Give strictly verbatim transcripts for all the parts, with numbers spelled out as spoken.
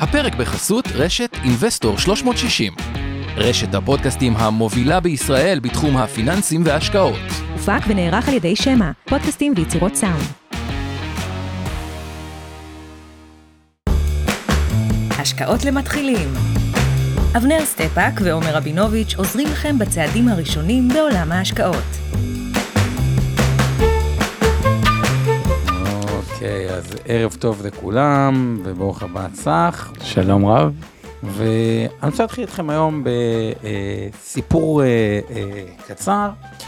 הפרק בחסות רשת אינבסטור שלוש מאות שישים. רשת הפודקאסטים המובילה בישראל בתחום הפיננסים וההשקעות. הופק ונערך על ידי שמה, פודקאסטים ויצירות סאונד. השקעות למתחילים. אבנר סטפאק ועומר רבינוביץ' עוזרים לכם בצעדים הראשונים בעולם ההשקעות. אוקיי, אז ערב טוב לכולם, וברוך הבא צח. שלום רב. ואני רוצה להתחיל איתכם היום בסיפור קצר,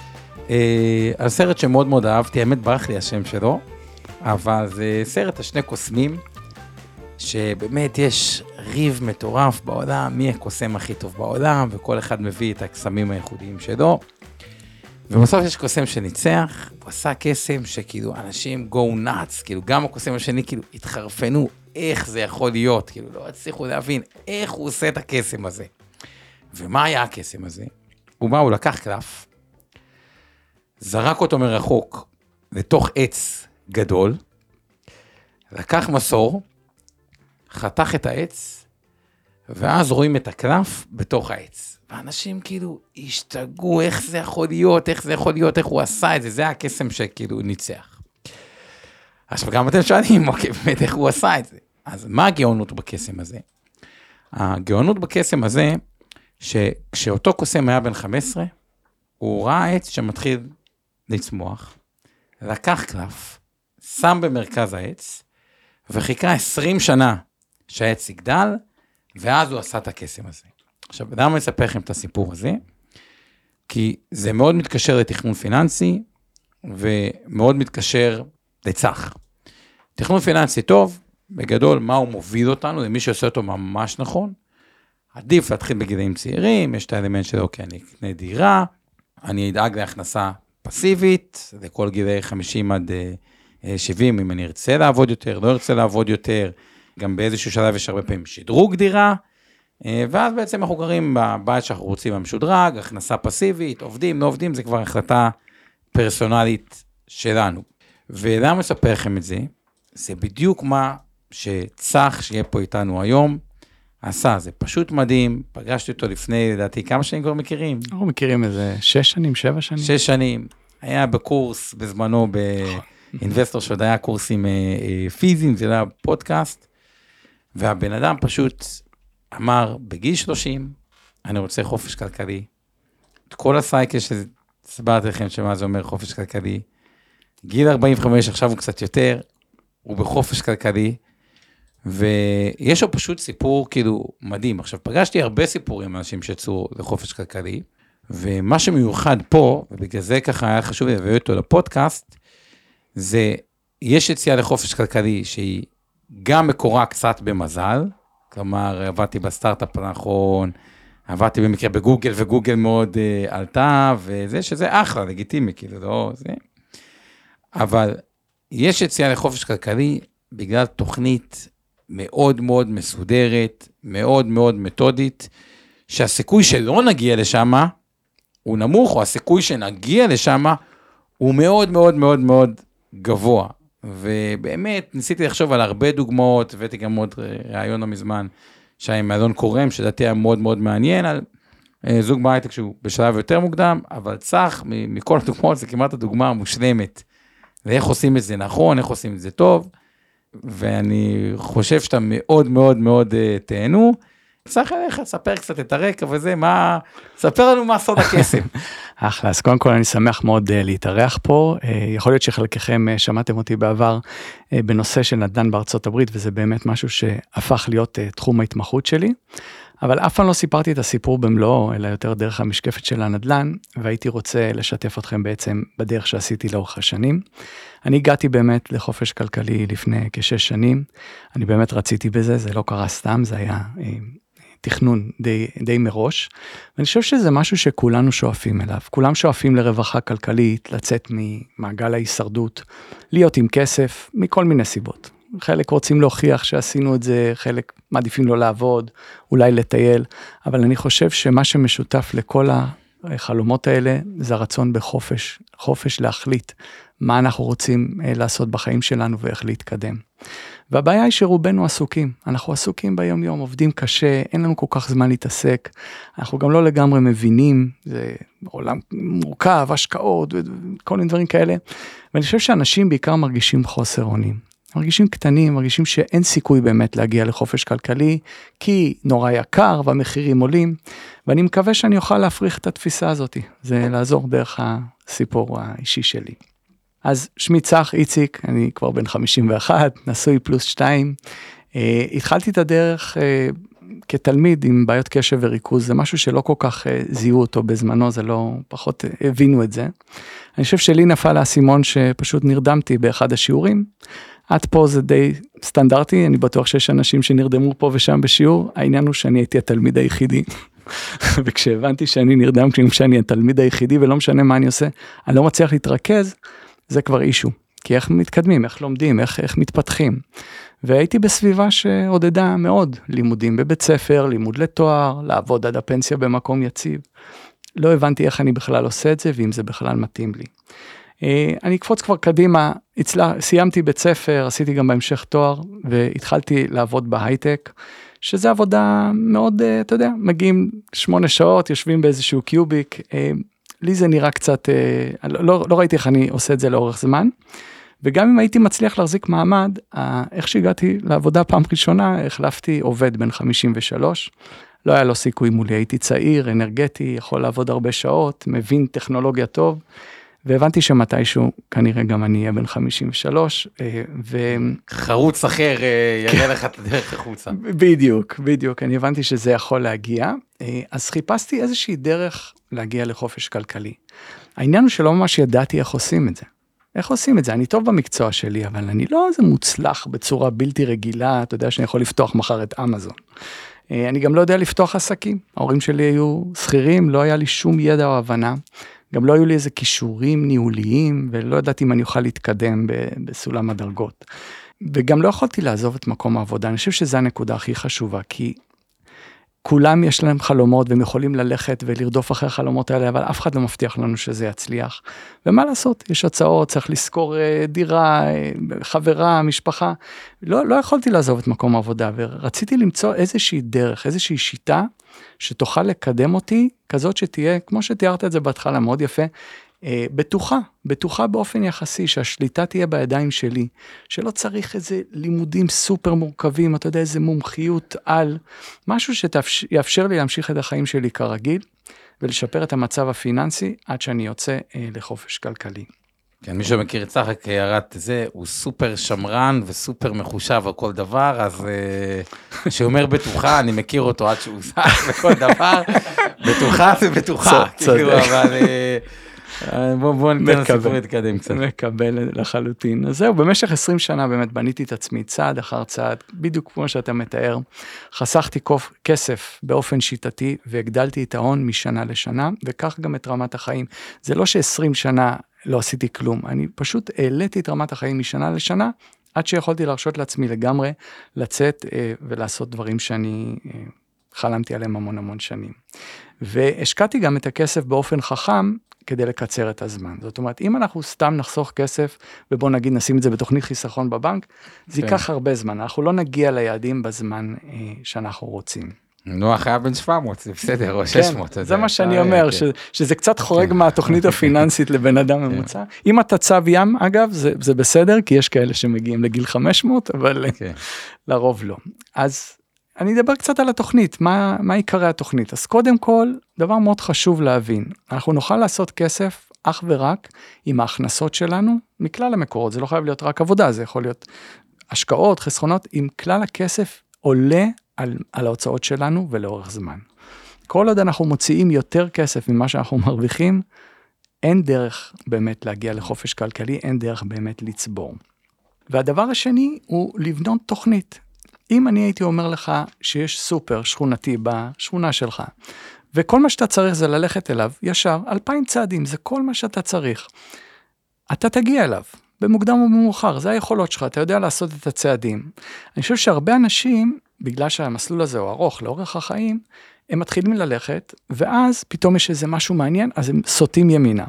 על סרט שמאוד מאוד אהבתי, האמת ברח לי השם שלו, אבל זה סרט השני קוסמים, שבאמת יש ריב מטורף בעולם, מי הקוסם הכי טוב בעולם, וכל אחד מביא את הקסמים הייחודיים שלו, ובסוף יש קוסם שניצח, הוא עשה קסם שכאילו אנשים go nuts, כאילו גם הקוסם השני כאילו התחרפנו, איך זה יכול להיות, כאילו לא הצליחו להבין איך הוא עושה את הקסם הזה. ומה היה הקסם הזה? הוא בא, הוא לקח קלף, זרק אותו מרחוק לתוך עץ גדול, לקח מסור, חתך את העץ, ואז רואים את הקלף בתוך העץ. ואנשים כאילו השתגעו, איך זה יכול להיות, איך זה יכול להיות, איך הוא עשה את זה, זה הקסם שכאילו ניצח. עכשיו גם אתם שואלים, אוקיי, באמת איך הוא עשה את זה. אז מה הגאונות בקסם הזה? הגאונות בקסם הזה, שכשאותו קוסם היה בן חמש עשרה, הוא ראה עץ שמתחיל לצמוח, לקח קלף, שם במרכז העץ, וחיכה עשרים שנה שהעץ יגדל, ואז הוא עשה את הקסם הזה. עכשיו, למה אני אספר לכם את הסיפור הזה? כי זה מאוד מתקשר לתכנון פיננסי, ומאוד מתקשר לצח. תכנון פיננסי טוב, בגדול, מה הוא מוביל אותנו, למי שעושה אותו ממש נכון, עדיף להתחיל בגילאים צעירים, יש את האלמנט שלו, כי אני אקנה דירה, אני אדאג להכנסה פסיבית, לכל גילאי חמישים עד שבעים, אם אני ארצה לעבוד יותר, לא ארצה לעבוד יותר, גם באיזשהו שלב יש הרבה פעמים שדרוג דירה, ואז בעצם אנחנו גרים בבית שאנחנו רוצים המשודרג, הכנסה פסיבית, עובדים, לא עובדים, זה כבר החלטה פרסונלית שלנו. ולמה אספר לכם את זה? זה בדיוק מה שצח שיהיה פה איתנו היום, עשה, זה פשוט מדהים, פגשתי אותו לפני, לדעתי, כמה שנים כבר מכירים? אנחנו מכירים איזה שש שנים, שבע שנים. שש שנים, היה בקורס בזמנו באינבסטור, שעוד היה קורסים פיזיים, זה היה פודקאסט, והבן אדם פשוט אמר, בגיל שלושים, אני רוצה חופש כלכלי, את כל הסייקל שסברתי לכם שמה זה אומר חופש כלכלי, גיל ארבעים וחמש, עכשיו הוא קצת יותר, הוא בחופש כלכלי, ויש לו פשוט סיפור כאילו מדהים. עכשיו, פגשתי הרבה סיפורים אנשים שיצאו לחופש כלכלי, ומה שמיוחד פה, ובגלל זה ככה היה חשוב להביא אותו לפודקאסט, זה, יש יציאה לחופש כלכלי שהיא גם מקורה קצת במזל, כלומר, עבדתי בסטארט-אפ הנכון, עבדתי במקרה בגוגל, וגוגל מאוד uh, עלתה, וזה שזה אחלה, לגיטימי, כאילו, לא, זה. אבל יש יציאה לחופש כלכלי, בגלל תוכנית מאוד מאוד מסודרת, מאוד מאוד מתודית, שהסיכוי שלא נגיע לשם, הוא נמוך, או הסיכוי שנגיע לשם, הוא מאוד מאוד מאוד מאוד גבוה. ובאמת, ניסיתי לחשוב על הרבה דוגמאות, הבאתי גם עוד רעיון לא מזמן, שהיה עם אלון קורם, שדעתי היה מאוד מאוד מעניין, על זוג בהייטק שהוא בשלב יותר מוקדם, אבל צח, מכל הדוגמאות, זה כמעט הדוגמה המושלמת, ואיך עושים את זה נכון, איך עושים את זה טוב, ואני חושב שאתה מאוד מאוד מאוד תהנו, צריך אליך, ספר קצת את הרקע וזה, מה, ספר לנו מה סוד הקסם. אחלה, אז קודם כל אני שמח מאוד להתארח פה, יכול להיות שחלקכם שמעתם אותי בעבר בנושא של נדל"ן בארצות הברית, וזה באמת משהו שהפך להיות תחום ההתמחות שלי, אבל אף פעם לא סיפרתי את הסיפור במלואו, אלא יותר דרך המשקפת של הנדל"ן, והייתי רוצה לשתף אתכם בעצם בדרך שעשיתי לאורך השנים. אני הגעתי באמת לחופש כלכלי לפני כשש שנים, אני באמת רציתי בזה, זה לא קרה סתם, זה היה תכנון די, די מראש, ואני חושב שזה משהו שכולנו שואפים אליו, כולם שואפים לרווחה כלכלית, לצאת ממעגל ההישרדות, להיות עם כסף, מכל מיני סיבות. חלק רוצים להוכיח שעשינו את זה, חלק מעדיפים לא לעבוד, אולי לטייל, אבל אני חושב שמה שמשותף לכל החלומות האלה, זה הרצון בחופש, חופש להחליט מה אנחנו רוצים לעשות בחיים שלנו ואיך להתקדם. והבעיה היא שרובנו עסוקים, אנחנו עסוקים ביום יום, עובדים קשה, אין לנו כל כך זמן להתעסק, אנחנו גם לא לגמרי מבינים, זה עולם מורכב, השקעות, כל מיני דברים כאלה, ואני חושב שאנשים בעיקר מרגישים חוסר אונים, מרגישים קטנים, מרגישים שאין סיכוי באמת להגיע לחופש כלכלי, כי נורא יקר והמחירים עולים, ואני מקווה שאני אוכל להפריך את התפיסה הזאת, זה לעזור דרך הסיפור האישי שלי. אז שמי צח איציק, אני כבר בן חמישים ואחת, נשוי פלוס שתיים, התחלתי את הדרך כתלמיד עם בעיות קשב וריכוז, זה משהו שלא כל כך זיהו אותו בזמנו, זה לא, פחות הבינו את זה. אני חושב שלי נפל האסימון שפשוט נרדמתי באחד השיעורים, עד פה זה די סטנדרטי, אני בטוח שיש אנשים שנרדמו פה ושם בשיעור, העניין הוא שאני הייתי התלמיד היחידי, וכשהבנתי שאני נרדם כשאני התלמיד היחידי ולא משנה מה אני עושה, אני לא מצליח להתרכז, זה כבר אישו, כי איך מתקדמים, איך לומדים, איך, איך מתפתחים, והייתי בסביבה שעודדה מאוד, לימודים בבית ספר, לימוד לתואר, לעבוד עד הפנסיה במקום יציב, לא הבנתי איך אני בכלל עושה את זה, ואם זה בכלל מתאים לי. אני אקפוץ כבר קדימה, אצלה, סיימתי בית ספר, עשיתי גם בהמשך תואר, והתחלתי לעבוד בהייטק, שזה עבודה מאוד, אתה יודע, מגיעים שמונה שעות, יושבים באיזשהו קיוביק, לי זה נראה קצת, לא, לא ראיתי איך אני עושה את זה לאורך זמן, וגם אם הייתי מצליח להחזיק מעמד, איך שהגעתי לעבודה פעם ראשונה, החלפתי עובד בן חמישים ושלוש, לא היה לו סיכוי מולי, הייתי צעיר, אנרגטי, יכול לעבוד הרבה שעות, מבין טכנולוגיה טוב, והבנתי שמתישהו כנראה גם אני אהיה בן חמישים ושלוש, ו... חרוץ אחר יראה לך את הדרך החוצה. בדיוק, בדיוק, אני הבנתי שזה יכול להגיע, אז חיפשתי איזושהי דרך להגיע לחופש כלכלי. העניין הוא שלא ממש ידעתי איך עושים את זה. איך עושים את זה? אני טוב במקצוע שלי, אבל אני לא איזה מוצלח בצורה בלתי רגילה, אתה יודע שאני יכול לפתוח מחר את אמזון. אני גם לא יודע לפתוח עסקים, ההורים שלי היו שכירים, לא היה לי שום ידע או הבנה, גם לא היו לי איזה כישורים ניהוליים, ולא ידעתי אם אני אוכל להתקדם בסולם הדרגות. וגם לא יכולתי לעזוב את מקום העבודה, אני חושב שזו הנקודה הכי חשובה, כי כולם יש להם חלומות, והם יכולים ללכת ולרדוף אחרי החלומות האלה, אבל אף אחד לא מבטיח לנו שזה יצליח. ומה לעשות? יש הצעות, צריך לזכור דירה, חברה, משפחה. לא, לא יכולתי לעזוב את מקום העבודה, ורציתי למצוא איזושהי דרך, איזושהי שיטה, שתוכל לקדם אותי, כזאת שתהיה, כמו שתיארת את זה בהתחלה, מאוד יפה, בטוחה, בטוחה באופן יחסי, שהשליטה תהיה בידיים שלי, שלא צריך איזה לימודים סופר מורכבים, אתה יודע, איזה מומחיות על, משהו שיאפשר לי להמשיך את החיים שלי כרגיל, ולשפר את המצב הפיננסי, עד שאני יוצא לחופש כלכלי. כן, מי שמכיר את צחק, הערת זה, הוא סופר שמרן וסופר מחושב על כל דבר, אז שאומר בטוחה, אני מכיר אותו עד שהוא זך לכל דבר, בטוחה זה בטוחה, כאילו, אבל בואו ניתן לסיפור להתקדם קצת. מקבל לחלוטין. אז זהו, במשך עשרים שנה באמת בניתי את עצמי צעד אחר צעד, בדיוק כמו שאתה מתאר, חסכתי כסף באופן שיטתי, והגדלתי את ההון משנה לשנה, וכך גם את רמת החיים. זה לא ש-עשרים שנה לא עשיתי כלום, אני פשוט העליתי את רמת החיים משנה לשנה, עד שיכולתי להרשות לעצמי לגמרי לצאת אה, ולעשות דברים שאני אה, חלמתי עליהם המון המון שנים. והשקעתי גם את הכסף באופן חכם, כדי לקצר את הזמן. זאת אומרת, אם אנחנו סתם נחסוך כסף, ובוא נגיד נשים את זה בתוכנית חיסכון בבנק, זה ייקח הרבה זמן, אנחנו לא נגיע ליעדים בזמן אה, שאנחנו רוצים. נוח היה בן שבע מאות, זה בסדר, או שש מאות. זה מה שאני אומר, שזה קצת חורג מהתוכנית הפיננסית לבן אדם ממוצע. אם אתה צב ים, אגב, זה בסדר, כי יש כאלה שמגיעים לגיל חמש מאות, אבל לרוב לא. אז אני אדבר קצת על התוכנית, מה, מה עיקרי התוכנית. אז קודם כל, דבר מאוד חשוב להבין, אנחנו נוכל לעשות כסף אך ורק עם ההכנסות שלנו, מכלל המקורות, זה לא חייב להיות רק עבודה, זה יכול להיות השקעות, חסכונות, עם כלל הכסף עולה על, על ההוצאות שלנו ולאורך זמן. כל עוד אנחנו מוציאים יותר כסף ממה שאנחנו מרוויחים, אין דרך באמת להגיע לחופש כלכלי, אין דרך באמת לצבור. והדבר השני הוא לבנות תוכנית. אם אני הייתי אומר לך שיש סופר שכונתי בשכונה שלך, וכל מה שאתה צריך זה ללכת אליו, ישר, אלפיים צעדים, זה כל מה שאתה צריך. אתה תגיע אליו, במוקדם או במאוחר, זה היכולות שלך, אתה יודע לעשות את הצעדים. אני חושב שהרבה אנשים, בגלל שהמסלול הזה הוא ארוך לאורך החיים, הם מתחילים ללכת, ואז פתאום יש איזה משהו מעניין, אז הם סוטים ימינה.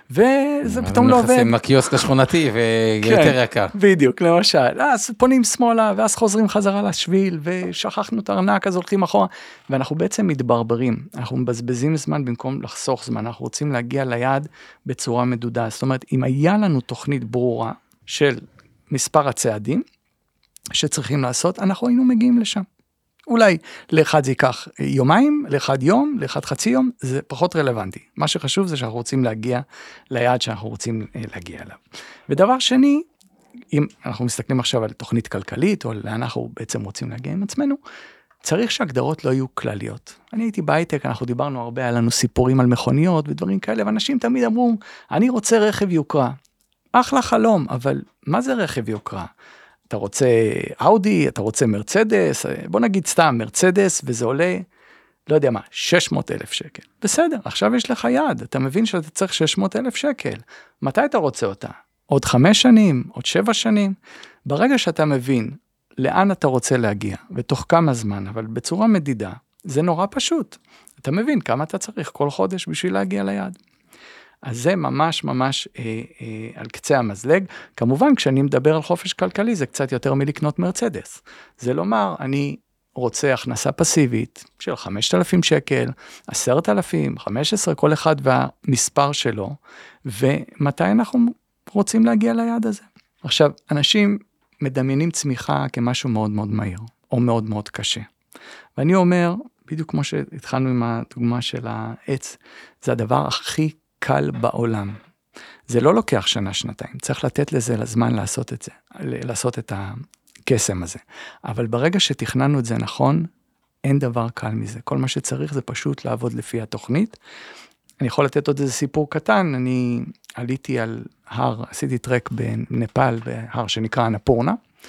וזה פתאום לא עובד. נכנסים לקיוסק השכונתי, ויותר יקר. בדיוק, למשל. אז פונים שמאלה, ואז חוזרים חזרה לשביל, ושכחנו את הארנק, אז הולכים אחורה, ואנחנו בעצם מתברברים. אנחנו מבזבזים זמן במקום לחסוך זמן. אנחנו רוצים להגיע ליעד בצורה מדודה. זאת אומרת, אם היה לנו תוכנית ברורה של מספר הצעדים שצריכים לעשות, אנחנו היינו מגיעים לשם. אולי לאחד זה ייקח יומיים, לאחד יום, לאחד חצי יום, זה פחות רלוונטי. מה שחשוב זה שאנחנו רוצים להגיע ליעד שאנחנו רוצים להגיע אליו. ודבר שני, אם אנחנו מסתכלים עכשיו על תוכנית כלכלית, או לאן אנחנו בעצם רוצים להגיע עם עצמנו, צריך שהגדרות לא יהיו כלליות. אני הייתי בהייטק, אנחנו דיברנו הרבה, היה לנו סיפורים על מכוניות ודברים כאלה, ואנשים תמיד אמרו, אני רוצה רכב יוקרה. אחלה חלום, אבל מה זה רכב יוקרה? אתה רוצה אאודי, אתה רוצה מרצדס, בוא נגיד סתם מרצדס, וזה עולה, לא יודע מה, שש מאות אלף שקל. בסדר, עכשיו יש לך יד, אתה מבין שאתה צריך שש מאות אלף שקל. מתי אתה רוצה אותה? עוד חמש שנים, עוד שבע שנים? ברגע שאתה מבין לאן אתה רוצה להגיע, ותוך כמה זמן, אבל בצורה מדידה, זה נורא פשוט. אתה מבין כמה אתה צריך כל חודש בשביל להגיע ליעד. אז זה ממש ממש אה, אה, על קצה המזלג. כמובן, כשאני מדבר על חופש כלכלי, זה קצת יותר מלקנות מרצדס. זה לומר, אני רוצה הכנסה פסיבית של חמשת אלפים שקל, עשרת אלפים, חמש עשרה, כל אחד והמספר שלו, ומתי אנחנו רוצים להגיע ליעד הזה. עכשיו, אנשים מדמיינים צמיחה כמשהו מאוד מאוד מהיר, או מאוד מאוד קשה. ואני אומר, בדיוק כמו שהתחלנו עם הדוגמה של העץ, זה הדבר הכי קל בעולם. זה לא לוקח שנה, שנתיים. צריך לתת לזה לזמן לעשות את זה, לעשות את הקסם הזה. אבל ברגע שתכננו את זה נכון, אין דבר קל מזה. כל מה שצריך זה פשוט לעבוד לפי התוכנית. אני יכול לתת עוד איזה סיפור קטן. אני עליתי על הר, עשיתי טרק בנפאל, בהר שנקרא אנפורנה,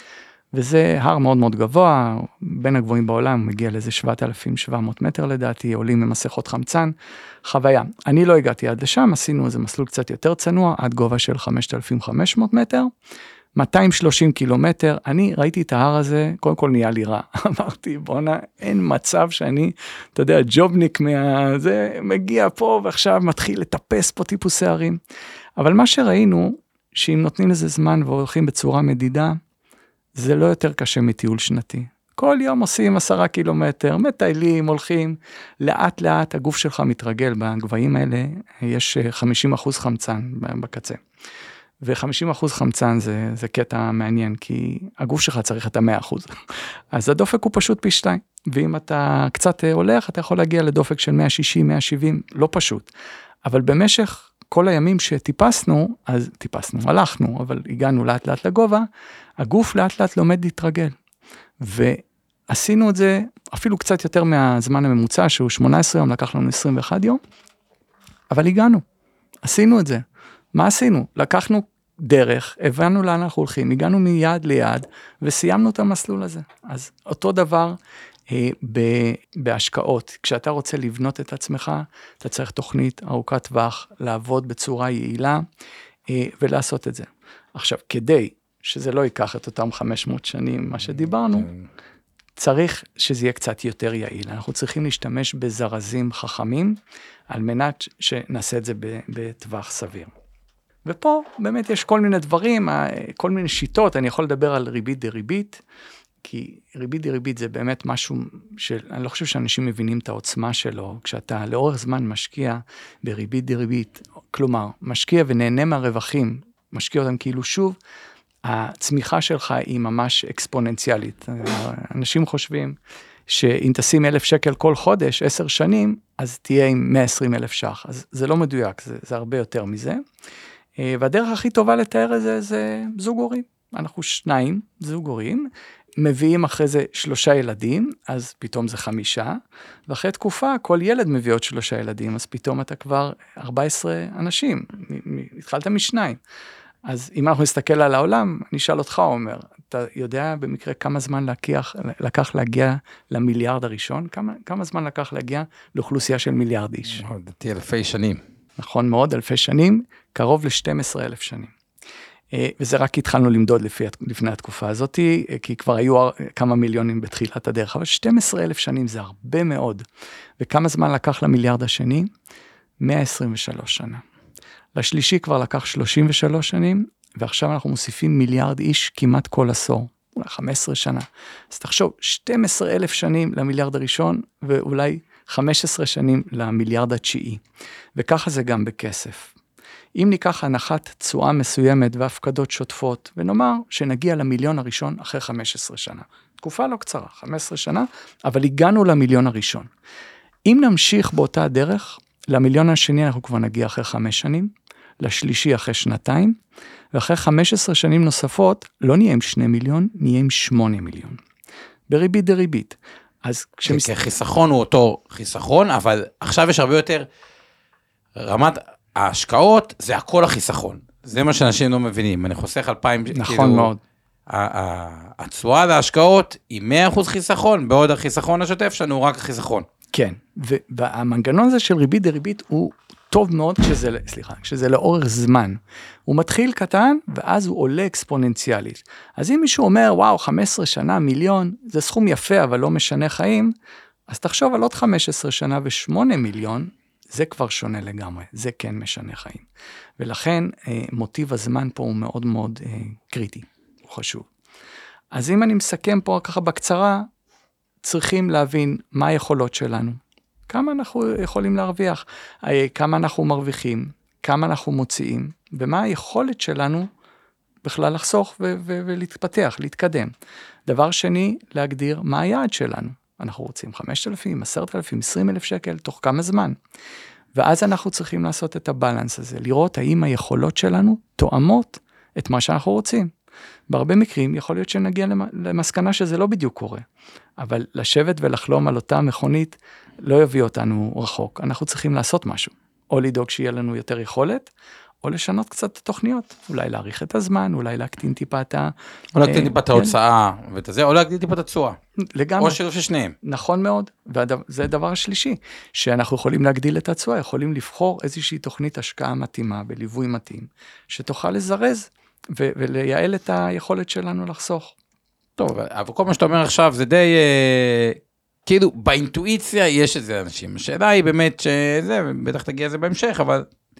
וזה הר מאוד מאוד גבוה, בין הגבוהים בעולם, מגיע לאיזה שבעת אלפים שבע מאות מטר לדעתי, עולים ממסכות חמצן, חוויה. אני לא הגעתי עד לשם, עשינו איזה מסלול קצת יותר צנוע, עד גובה של חמשת אלפים וחמש מאות מטר, מאתיים ושלושים קילומטר, אני ראיתי את ההר הזה, קודם כל נהיה לי רע, אמרתי בונה, אין מצב שאני, אתה יודע, ג'ובניק מה... זה מגיע פה ועכשיו מתחיל לטפס פה טיפוסי הרים, אבל מה שראינו, שאם נותנים לזה זמן והולכים בצורה מדידה, זה לא יותר קשה מטיול שנתי. כל יום עושים עשרה קילומטר, מטיילים, הולכים, לאט לאט הגוף שלך מתרגל בגבהים האלה, יש חמישים אחוז חמצן בקצה. ו-חמישים אחוז חמצן זה, זה קטע מעניין, כי הגוף שלך צריך את ה-מאה אחוז. אז הדופק הוא פשוט פי שתיים. ואם אתה קצת הולך, אתה יכול להגיע לדופק של מאה שישים, מאה שבעים, לא פשוט. אבל במשך כל הימים שטיפסנו, אז טיפסנו, הלכנו, אבל הגענו לאט לאט לגובה, הגוף לאט לאט לומד להתרגל. ועשינו את זה אפילו קצת יותר מהזמן הממוצע, שהוא שמונה עשרה יום, לקח לנו עשרים ואחד יום, אבל הגענו, עשינו את זה. מה עשינו? לקחנו דרך, הבנו לאן אנחנו הולכים, הגענו מיד ליד, וסיימנו את המסלול הזה. אז אותו דבר אה, ב- בהשקעות. כשאתה רוצה לבנות את עצמך, אתה צריך תוכנית ארוכת טווח, לעבוד בצורה יעילה, אה, ולעשות את זה. עכשיו, כדי שזה לא ייקח את אותם חמש מאות שנים, מה שדיברנו, צריך שזה יהיה קצת יותר יעיל. אנחנו צריכים להשתמש בזרזים חכמים, על מנת שנעשה את זה בטווח סביר. ופה באמת יש כל מיני דברים, כל מיני שיטות, אני יכול לדבר על ריבית דריבית, כי ריבית דריבית זה באמת משהו שאני לא חושב שאנשים מבינים את העוצמה שלו, כשאתה לאורך זמן משקיע בריבית דריבית, כלומר, משקיע ונהנה מהרווחים, משקיע אותם כאילו שוב, הצמיחה שלך היא ממש אקספוננציאלית. אנשים חושבים שאם תשים אלף שקל כל חודש, עשר שנים, אז תהיה עם מאה ועשרים אלף שח. אז זה לא מדויק, זה, זה הרבה יותר מזה. והדרך הכי טובה לתאר את זה, זה זוג הורים. אנחנו שניים, זוג הורים, מביאים אחרי זה שלושה ילדים, אז פתאום זה חמישה, ואחרי תקופה כל ילד מביא עוד שלושה ילדים, אז פתאום אתה כבר ארבעה עשר אנשים, התחלת משניים. אז אם אנחנו נסתכל על העולם, אני אשאל אותך, עומר, אתה יודע במקרה כמה זמן לקח, לקח להגיע למיליארד הראשון? כמה, כמה זמן לקח להגיע לאוכלוסייה של מיליארד איש? דעתי אלפי שנים. נכון מאוד, אלפי שנים, קרוב ל-שנים עשר אלף שנים. וזה רק התחלנו למדוד לפי, לפני התקופה הזאת, כי כבר היו כמה מיליונים בתחילת הדרך, אבל שנים עשר אלף שנים זה הרבה מאוד. וכמה זמן לקח למיליארד השני? מאה עשרים ושלוש שנה. לשלישי כבר לקח שלושים ושלוש שנים, ועכשיו אנחנו מוסיפים מיליארד איש כמעט כל עשור, אולי חמש עשרה שנה. אז תחשוב, שנים עשר אלף שנים למיליארד הראשון, ואולי חמש עשרה שנים למיליארד התשיעי. וככה זה גם בכסף. אם ניקח הנחת תשואה מסוימת והפקדות שוטפות, ונאמר שנגיע למיליון הראשון אחרי חמש עשרה שנה. תקופה לא קצרה, חמש עשרה שנה, אבל הגענו למיליון הראשון. אם נמשיך באותה דרך, למיליון השני אנחנו כבר נגיע אחרי חמש שנים, לשלישי אחרי שנתיים, ואחרי חמש עשרה שנים נוספות, לא נהיה עם שני מיליון, נהיה עם שמונה מיליון. בריבית דריבית. אז כשמס... חיסכון הוא אותו חיסכון, אבל עכשיו יש הרבה יותר, רמת ההשקעות זה הכל החיסכון. זה מה שאנשים לא מבינים. אני חוסך אלפיים... נכון כאילו, מאוד. התשואה להשקעות היא מאה אחוז חיסכון, בעוד החיסכון השוטף שלנו הוא רק החיסכון. כן, והמנגנון הזה של ריבית דריבית הוא טוב מאוד כשזה, סליחה, כשזה לאורך זמן. הוא מתחיל קטן, ואז הוא עולה אקספוננציאלית. אז אם מישהו אומר, וואו, חמש עשרה שנה, מיליון, זה סכום יפה, אבל לא משנה חיים, אז תחשוב על עוד חמש עשרה שנה ושמונה מיליון, זה כבר שונה לגמרי, זה כן משנה חיים. ולכן, מוטיב הזמן פה הוא מאוד מאוד קריטי, הוא חשוב. אז אם אני מסכם פה ככה בקצרה, צריכים להבין מה היכולות שלנו, כמה אנחנו יכולים להרוויח, כמה אנחנו מרוויחים, כמה אנחנו מוציאים, ומה היכולת שלנו בכלל לחסוך ו- ו- ולהתפתח, להתקדם. דבר שני, להגדיר מה היעד שלנו. אנחנו רוצים חמשת אלפים, עשרת אלפים, עשרים אלף שקל, תוך כמה זמן. ואז אנחנו צריכים לעשות את הבלנס הזה, לראות האם היכולות שלנו תואמות את מה שאנחנו רוצים. בהרבה מקרים יכול להיות שנגיע למסקנה שזה לא בדיוק קורה, אבל לשבת ולחלום על אותה מכונית לא יביא אותנו רחוק. אנחנו צריכים לעשות משהו, או לדאוג שיהיה לנו יותר יכולת, או לשנות קצת את התוכניות, אולי להאריך את הזמן, אולי להקטין טיפה את ה... או להקטין טיפה את ההוצאה, ואת זה, או להקטין טיפה את התשואה. לגמרי. או שילוב של שניהם. נכון מאוד, וזה הדבר השלישי, שאנחנו יכולים להגדיל את התשואה, יכולים לבחור איזושהי תוכנית השקעה מתאימה, בליווי מתאים, שתוכל לזרז, ו- ולייעל את היכולת שלנו לחסוך. טוב, אבל כל מה שאתה אומר עכשיו, זה די... כאילו, באינטואיציה יש את זה אנשים. השאלה היא באמת שזה, בטח תגיע לזה בהמשך, אבל...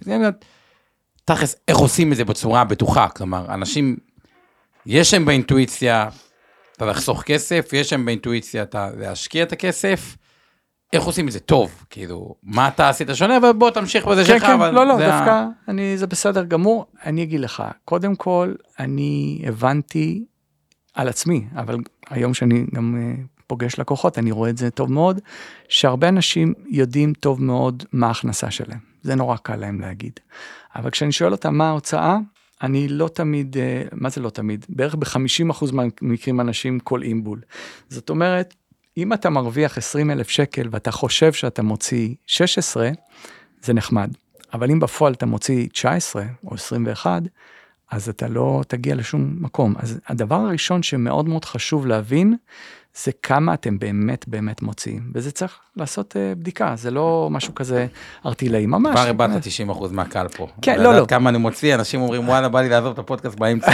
תכלס, איך עושים את זה בצורה בטוחה? כלומר, אנשים, יש שם באינטואיציה, אתה לחסוך כסף, יש שם באינטואיציה, אתה להשקיע את הכסף, איך עושים את זה טוב? כאילו, מה אתה עשית שונה, אבל בוא תמשיך בזה שלך. כן, כן, לא, לא, דווקא, אני, זה בסדר גמור, אני אגיד לך, קודם כל, אני הבנתי על עצמי, אבל היום שאני גם פוגש לקוחות, אני רואה את זה טוב מאוד, שהרבה אנשים יודעים טוב מאוד מה ההכנסה שלהם. זה נורא קל להם להגיד. אבל כשאני שואל אותם מה ההוצאה, אני לא תמיד, מה זה לא תמיד? בערך ב-חמישים אחוז מהמקרים אנשים קולעים בול. זאת אומרת, אם אתה מרוויח עשרים אלף שקל, ואתה חושב שאתה מוציא שש עשרה, זה נחמד. אבל אם בפועל אתה מוציא תשע עשרה או עשרים ואחת, אז אתה לא תגיע לשום מקום. אז הדבר הראשון שמאוד מאוד חשוב להבין, זה כמה אתם באמת באמת מוציאים, וזה צריך לעשות uh, בדיקה, זה לא משהו כזה ארטילאי, ממש. כבר הבנת תשעים אחוז מהקהל פה. כן, לא, לא. כמה אני מוציא, אנשים אומרים, וואלה, בא לי לעזוב את הפודקאסט באמצע.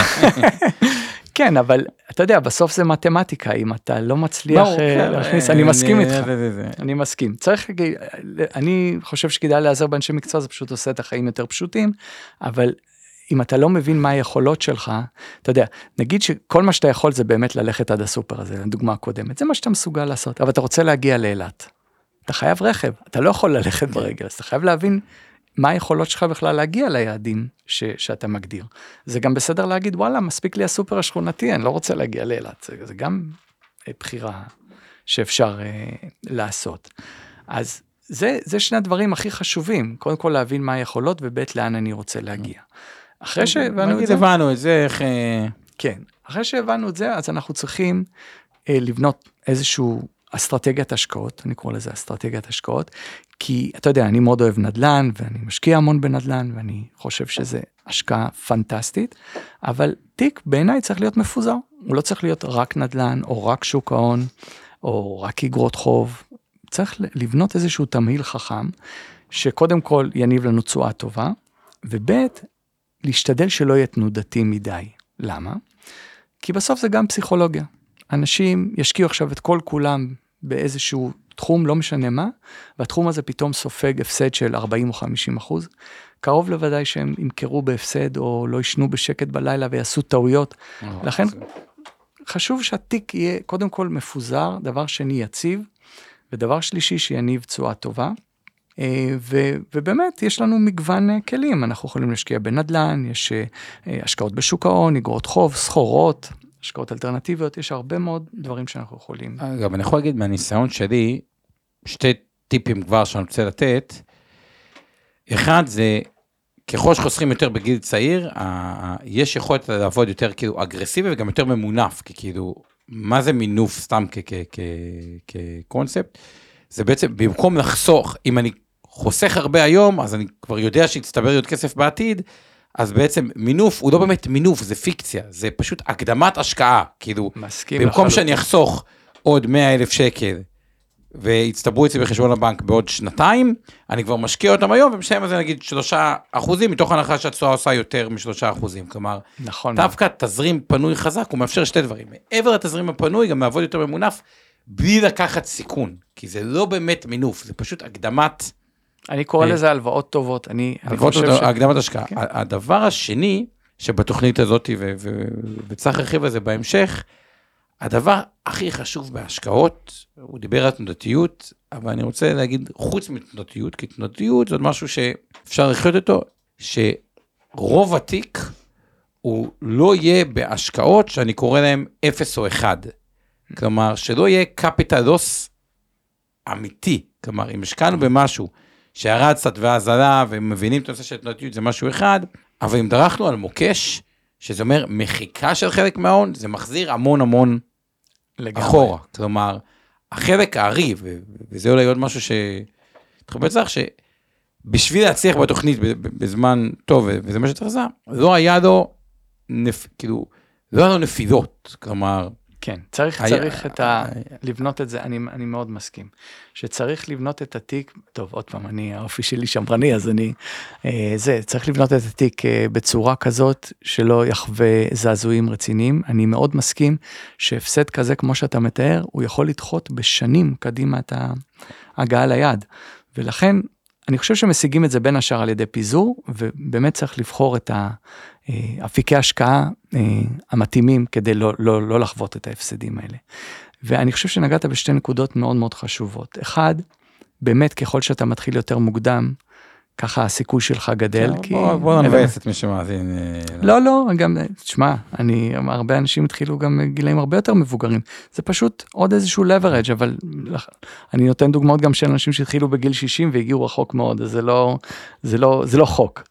כן, אבל אתה יודע, בסוף זה מתמטיקה, אם אתה לא מצליח להכניס, אני מסכים איתך, אני מסכים. צריך, אני חושב שכדאי לעזר באנשי מקצוע, זה פשוט עושה את החיים יותר פשוטים, אבל אם אתה לא מבין מה היכולות שלך, אתה יודע, נגיד שכל מה שאתה יכול זה באמת ללכת עד הסופר הזה, לדוגמה הקודמת, זה מה שאתה מסוגל לעשות, אבל אתה רוצה להגיע לאילת, אתה חייב רכב, אתה לא יכול ללכת ברגל, אז אתה חייב להבין מה היכולות שלך בכלל להגיע ליעדים ש, שאתה מגדיר. זה גם בסדר להגיד, וואלה, מספיק לי הסופר השכונתי, אני לא רוצה להגיע לאילת, זה, זה גם בחירה שאפשר אה, לעשות. אז זה, זה שני הדברים הכי חשובים, קודם כל להבין מה היכולות, ובית לאן אני רוצה להגיע. אחרי שהבנו את זה, הבנו את זה, איך... כן, אחרי שהבנו את זה, אז אנחנו צריכים אה, לבנות איזשהו אסטרטגיית השקעות, אני קורא לזה אסטרטגיית השקעות, כי אתה יודע, אני מאוד אוהב נדל"ן, ואני משקיע המון בנדל"ן, ואני חושב שזה השקעה פנטסטית, אבל תיק בעיניי צריך להיות מפוזר, הוא לא צריך להיות רק נדל"ן, או רק שוק ההון, או רק אגרות חוב, צריך לבנות איזשהו תמהיל חכם, שקודם כל יניב לנו תשואה טובה, ובית, להשתדל שלא יהיה תנודתי מדי. למה? כי בסוף זה גם פסיכולוגיה. אנשים ישקיעו עכשיו את כל כולם באיזשהו תחום, לא משנה מה, והתחום הזה פתאום סופג הפסד של ארבעים או חמישים אחוז. קרוב לוודאי שהם ימכרו בהפסד, או לא ישנו בשקט בלילה ויעשו טעויות. לכן חשוב שהתיק יהיה קודם כל מפוזר, דבר שני יציב, ודבר שלישי שיניב תשואה טובה. ו- ובאמת יש לנו מגוון כלים, אנחנו יכולים להשקיע בנדל"ן, יש השקעות בשוק ההון, אגרות חוב, סחורות, השקעות אלטרנטיביות, יש הרבה מאוד דברים שאנחנו יכולים. אגב, אני יכול להגיד מהניסיון שלי, שתי טיפים כבר שאני רוצה לתת, אחד זה, ככל שחוסכים יותר בגיל צעיר, יש יכולת לעבוד יותר כאילו אגרסיבי וגם יותר ממונף, כי כאילו, מה זה מינוף סתם כקונספט? זה בעצם, במקום לחסוך, אם אני חוסך הרבה היום, אז אני כבר יודע שיצטבר עוד כסף בעתיד, אז בעצם מינוף, הוא לא באמת מינוף, זה פיקציה, זה פשוט הקדמת השקעה, כאילו, במקום שאני אחסוך עוד מאה אלף שקל, והצטברו אצלי בחשבון הבנק בעוד שנתיים, אני כבר משקיע אותם היום, ומשלם על זה נגיד שלושה אחוזים, מתוך הנחה שהתשואה עושה יותר משלושה אחוזים, כלומר, נכון. דווקא תזרים פנוי חזק, הוא מאפשר שתי דברים, מעבר לתזרים הפנוי, גם מעבוד יותר ממונף, בלי לקחת סיכון, כי זה לא באמת מינוף, זה פשוט הקדמת... אני קורא לזה הלוואות טובות, אני חושב ש... הקדמת השקעה. הדבר השני, שבתוכנית הזאת, וצריך להרחיב על זה בהמשך, הדבר הכי חשוב בהשקעות, הוא דיבר על תנודתיות, אבל אני רוצה להגיד, חוץ מתנודתיות, כי תנודתיות זה משהו שאפשר לחיות אותו, שרוב התיק, הוא לא יהיה בהשקעות, שאני קורא להם אפס או אחד. כלומר, שלא יהיה capital loss אמיתי. כלומר, אם השקענו במשהו שירד קצת ואז עלה, ומבינים את הנושא של תנודתיות, זה משהו אחד, אבל אם דרכנו על מוקש, שזה אומר מחיקה של חלק מההון, זה מחזיר המון המון לגמרי. אחורה. כלומר, החלק הארי, וזה אולי עוד משהו שתחובה צריך, שבשביל להצליח בתוכנית בזמן טוב, וזה מה שצריך לזה, לא היה לו, נפ... כאילו, לא היה לו נפילות. כלומר, כן, צריך, היה, צריך את ה... לבנות את זה, אני, אני מאוד מסכים, שצריך לבנות את התיק, טוב, עוד פעם, אני, האופי שלי שמרני, אז אני, אה, זה, צריך לבנות את התיק אה, בצורה כזאת, שלא יחווה זעזועים רציניים, אני מאוד מסכים, שהפסד כזה, כמו שאתה מתאר, הוא יכול לדחות בשנים קדימה את ההגעה ליעד, ולכן, אני חושב שמשיגים את זה בין השאר על ידי פיזור, ובאמת צריך לבחור את האפיקי השקעה המתאימים, כדי לא, לא, לא לחוות את ההפסדים האלה. ואני חושב שנגעת בשתי נקודות מאוד מאוד חשובות. אחד, באמת ככל שאתה מתחיל יותר מוקדם, ככה הסיכוי שלך גדל. בוא נבייס את מי שמאזין. לא, לא, גם, תשמע, אני, הרבה אנשים התחילו גם גילאים הרבה יותר מבוגרים. זה פשוט עוד איזשהו leverage, אבל אני נותן דוגמאות גם של אנשים שהתחילו בגיל שישים והגיעו רחוק מאוד, אז זה לא, זה לא, זה לא חוק.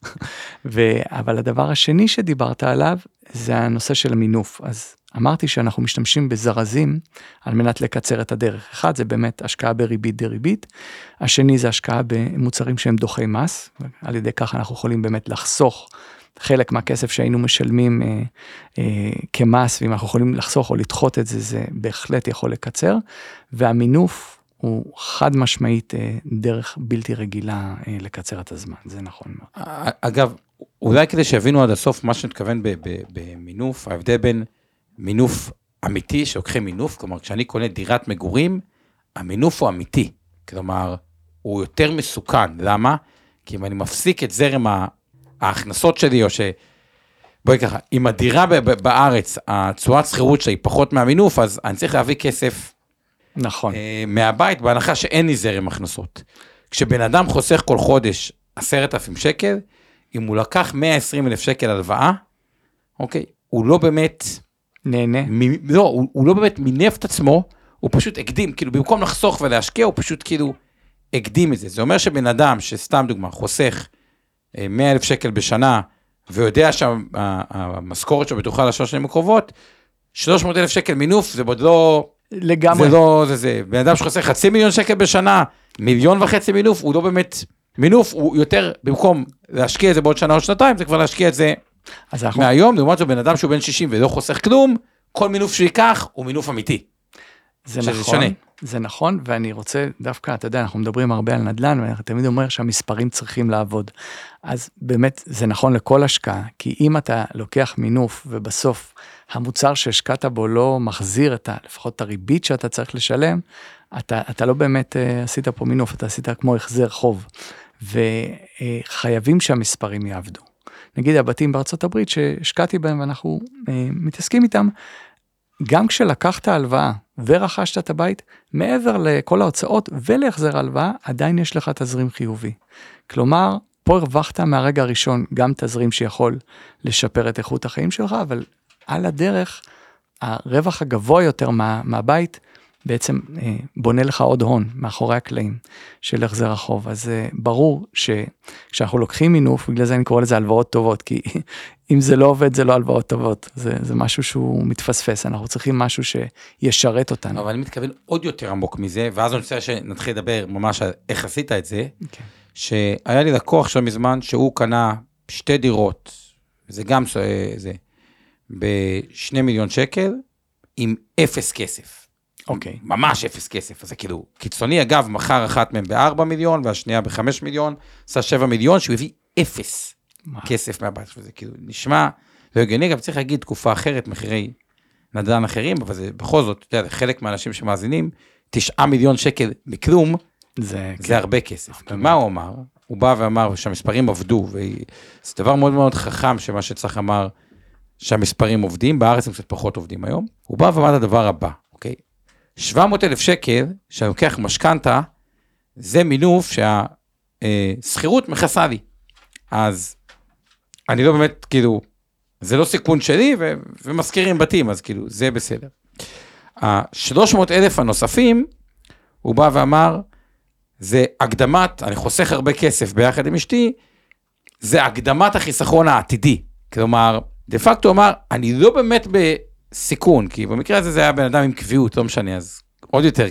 אבל הדבר השני שדיברת עליו, זה הנושא של המינוף. אז אמרתי שאנחנו משתמשים בזרזים על מנת לקצר את הדרך. אחד זה באמת השקעה בריבית דריבית, השני זה השקעה במוצרים שהם דוחי מס, על ידי כך אנחנו יכולים באמת לחסוך חלק מהכסף שהיינו משלמים אה, אה, כמס, ואם אנחנו יכולים לחסוך או לדחות את זה, זה בהחלט יכול לקצר, והמינוף הוא חד משמעית אה, דרך בלתי רגילה אה, לקצר את הזמן, זה נכון מאוד. אגב, אולי כדי שיבינו עד הסוף מה שנתכוון במינוף, ההבדל בין מינוף אמיתי, שלוקחים מינוף, כלומר, כשאני קונה דירת מגורים, המינוף הוא אמיתי, כלומר, הוא יותר מסוכן, למה? כי אם אני מפסיק את זרם ההכנסות שלי, או ש... בואי ככה, אם הדירה בארץ, הצורת שכירות שלי פחות מהמינוף, אז אני צריך להביא כסף נכון. מהבית, בהנחה שאין לי זרם הכנסות. כשבן אדם חוסך כל חודש עשרת אלפים שקל, אם הוא לקח מאה ועשרים אלף שקל הלוואה, אוקיי, הוא לא באמת... נהנה. מ, לא, הוא, הוא לא באמת מינף את עצמו, הוא פשוט הקדים, כאילו במקום לחסוך ולהשקיע, הוא פשוט כאילו הקדים את זה. זה אומר שבן אדם, שסתם דוגמה, חוסך מאה אלף שקל בשנה, ויודע שהמשכורת שלו בטוחה לשלוש שנים הקרובות, שלוש מאות אלף שקל מינוף, זה עוד לא... לגמרי. זה לא, זה זה. בן אדם שחוסך חצי מיליון שקל בשנה, מיליון וחצי מינוף, הוא לא באמת... מינוף הוא יותר, במקום להשקיע את זה בעוד שנה או שנתיים, זה כבר להשקיע את זה מהיום, לעומת זאת בן אדם שהוא בן שישים ולא חוסך כלום, כל מינוף שיקח הוא מינוף אמיתי. זה שזה נכון, שונה. זה נכון, ואני רוצה דווקא, אתה יודע, אנחנו מדברים הרבה על נדל"ן, ואני תמיד אומר שהמספרים צריכים לעבוד. אז באמת זה נכון לכל השקעה, כי אם אתה לוקח מינוף, ובסוף המוצר שהשקעת בו לא מחזיר את ה, לפחות את הריבית שאתה צריך לשלם, אתה, אתה לא באמת uh, עשית פה מינוף, אתה עשית כמו החזר חוב, וחייבים שהמספרים יעבדו. נגיד הבתים בארצות הברית שהשקעתי בהם, ואנחנו uh, מתעסקים איתם, גם כשלקחת הלוואה ורכשת את הבית, מעבר לכל ההוצאות ולהחזר הלוואה, עדיין יש לך תזרים חיובי. כלומר, פה הרווחת מהרגע הראשון גם תזרים שיכול לשפר את איכות החיים שלך, אבל על הדרך, הרווח הגבוה יותר מה, מהבית, בעצם אה, בונה לך עוד הון מאחורי הקלעים של החזר החוב. אז אה, ברור שכשאנחנו לוקחים מינוף, בגלל זה אני קורא לזה הלוואות טובות, כי אם זה לא עובד, זה לא הלוואות טובות. זה, זה משהו שהוא מתפספס, אנחנו צריכים משהו שישרת אותנו. אבל אני מתכוון עוד יותר עמוק מזה, ואז אני רוצה שנתחיל לדבר ממש על איך עשית את זה, okay. שהיה לי לקוח שם מזמן, שהוא קנה שתי דירות, זה גם זה, בשני מיליון שקל, עם אפס כסף. אוקיי. Okay. ממש אפס כסף, אז זה כאילו קיצוני, אגב, מחר אחת מהם בארבע מיליון, והשנייה בחמש מיליון, עשה שבע מיליון, שהוא הביא אפס מה? כסף מהבית, וזה כאילו נשמע, לא הגיוני, גם צריך להגיד תקופה אחרת, מחירי נדל"ן אחרים, אבל זה בכל זאת, אתה יודע, חלק מהאנשים שמאזינים, תשעה מיליון שקל מכלום, זה, זה כן. הרבה כסף. כי מה הוא אמר? הוא בא ואמר שהמספרים עבדו, וזה דבר מאוד מאוד חכם, שמה שצריך אמר, שהמספרים עובדים, בארץ הם קצת פחות עובדים היום, הוא בא ואמר את הדבר הבא, אוקיי? שבע מאות אלף שקל, שאני לוקח משכנתה, זה מינוף שהסחירות מכסה לי. אז אני לא באמת, כאילו, זה לא סיכון שלי, ו- ומזכירים בתים, אז כאילו, זה בסדר. ה-שלוש מאות אלף הנוספים, הוא בא ואמר, זה הקדמת, אני חוסך הרבה כסף ביחד עם אשתי, זה הקדמת החיסכון העתידי. כלומר, דה פקטו אמר, אני לא באמת בסיכון, כי במקרה הזה זה היה בן אדם עם קביעות, לא משנה, אז עוד יותר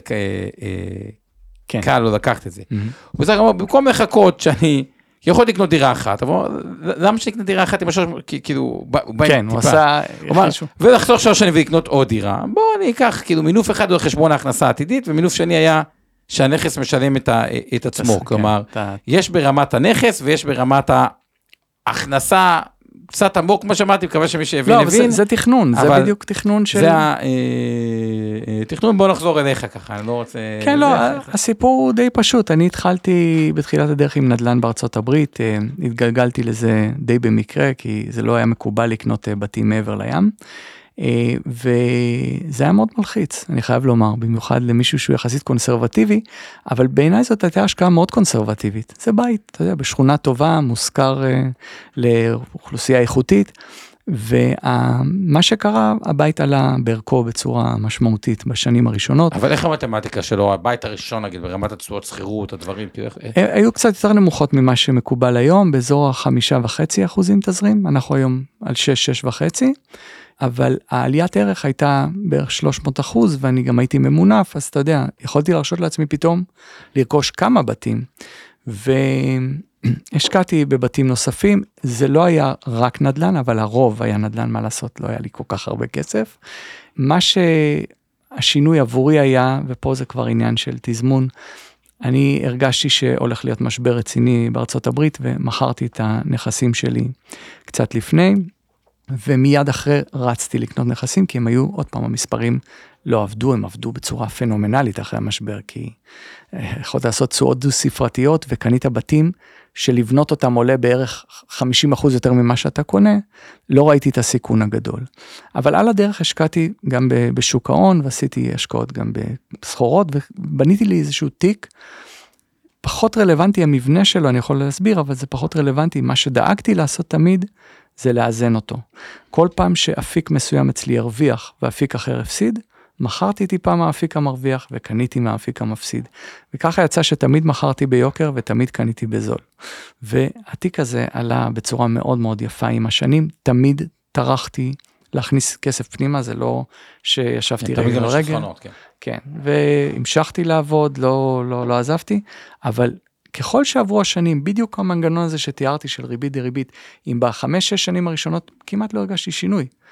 כן. קל לו לקחת את זה. Mm-hmm. הוא בסך אמר, במקום לחכות שאני יכול לקנות דירה אחת, אבל למה שנקנה דירה אחת עם השלוש, כאילו, כן, הוא עשה, ולחסוך שלוש שנים ולקנות עוד דירה, בוא אני אקח, כאילו, מינוף אחד הוא חשבון ההכנסה העתידית, ומינוף שני היה שהנכס משלם את, ה, את עצמו, כן, כלומר, אתה... יש ברמת הנכס, ויש ברמת ההכנסה, קצת עמוק, כמו שאמרתי, מקווה שמי שהבין, לא, הבין. זה, זה תכנון, זה בדיוק תכנון של... זה התכנון, בוא נחזור אליך ככה, אני לא רוצה... כן, לא, הסיפור הוא די פשוט, אני התחלתי בתחילת הדרך עם נדל"ן בארצות הברית, התגלגלתי לזה די במקרה, כי זה לא היה מקובל לקנות בתים מעבר לים, וזה היה מאוד מלחיץ, אני חייב לומר, במיוחד למישהו שהוא יחסית קונסרבטיבי, אבל בעיניי זאת הייתה השקעה מאוד קונסרבטיבית. זה בית, אתה יודע, בשכונה טובה, מושכר לאוכלוסייה איכותית, ומה שקרה, הבית עלה בערכו בצורה משמעותית בשנים הראשונות. אבל איך המתמטיקה שלו, הבית הראשון, נגיד, ברמת התשואות שכירות, הדברים, היו קצת יותר נמוכות ממה שמקובל היום, באזור החמישה וחצי אחוזים תזרים, אנחנו היום על שש, שש וחצי, אבל העליית ערך הייתה בערך שלוש מאות אחוז, ואני גם הייתי ממונף, אז אתה יודע, יכולתי להרשות לעצמי פתאום לרכוש כמה בתים, והשקעתי בבתים נוספים, זה לא היה רק נדל"ן, אבל הרוב היה נדל"ן, מה לעשות, לא היה לי כל כך הרבה כסף. מה שהשינוי עבורי היה, ופה זה כבר עניין של תזמון, אני הרגשתי שהולך להיות משבר רציני בארצות הברית, ומכרתי את הנכסים שלי קצת לפני, ומיד אחרי רצתי לקנות נכסים, כי הם היו, עוד פעם, המספרים לא עבדו, הם עבדו בצורה פנומנלית אחרי המשבר, כי יכולת לעשות תשואות דו-ספרתיות, וקנית בתים שלבנות אותם עולה בערך חמישים אחוז יותר ממה שאתה קונה, לא ראיתי את הסיכון הגדול. אבל על הדרך השקעתי גם בשוק ההון, ועשיתי השקעות גם בסחורות, ובניתי לי איזשהו תיק, פחות רלוונטי המבנה שלו, אני יכול להסביר, אבל זה פחות רלוונטי, מה שדאגתי לעשות תמיד, זה לאזן אותו. כל פעם שאפיק מסוים אצלי ירוויח, ואפיק אחר הפסיד, מכרתי טיפה מהאפיק המרוויח, וקניתי מהאפיק המפסיד. וככה יצא שתמיד מכרתי ביוקר, ותמיד קניתי בזול. והתיק הזה עלה בצורה מאוד מאוד יפה עם השנים, תמיד טרחתי להכניס כסף פנימה, זה לא שישבתי רגע לרגע. כן. כן, והמשכתי לעבוד, לא, לא, לא עזבתי, אבל ככל שעברו השנים, בדיוק המנגנון הזה שתיארתי של ריבית דריבית, אם בחמש, שש שנים הראשונות כמעט לא הרגשתי שינוי.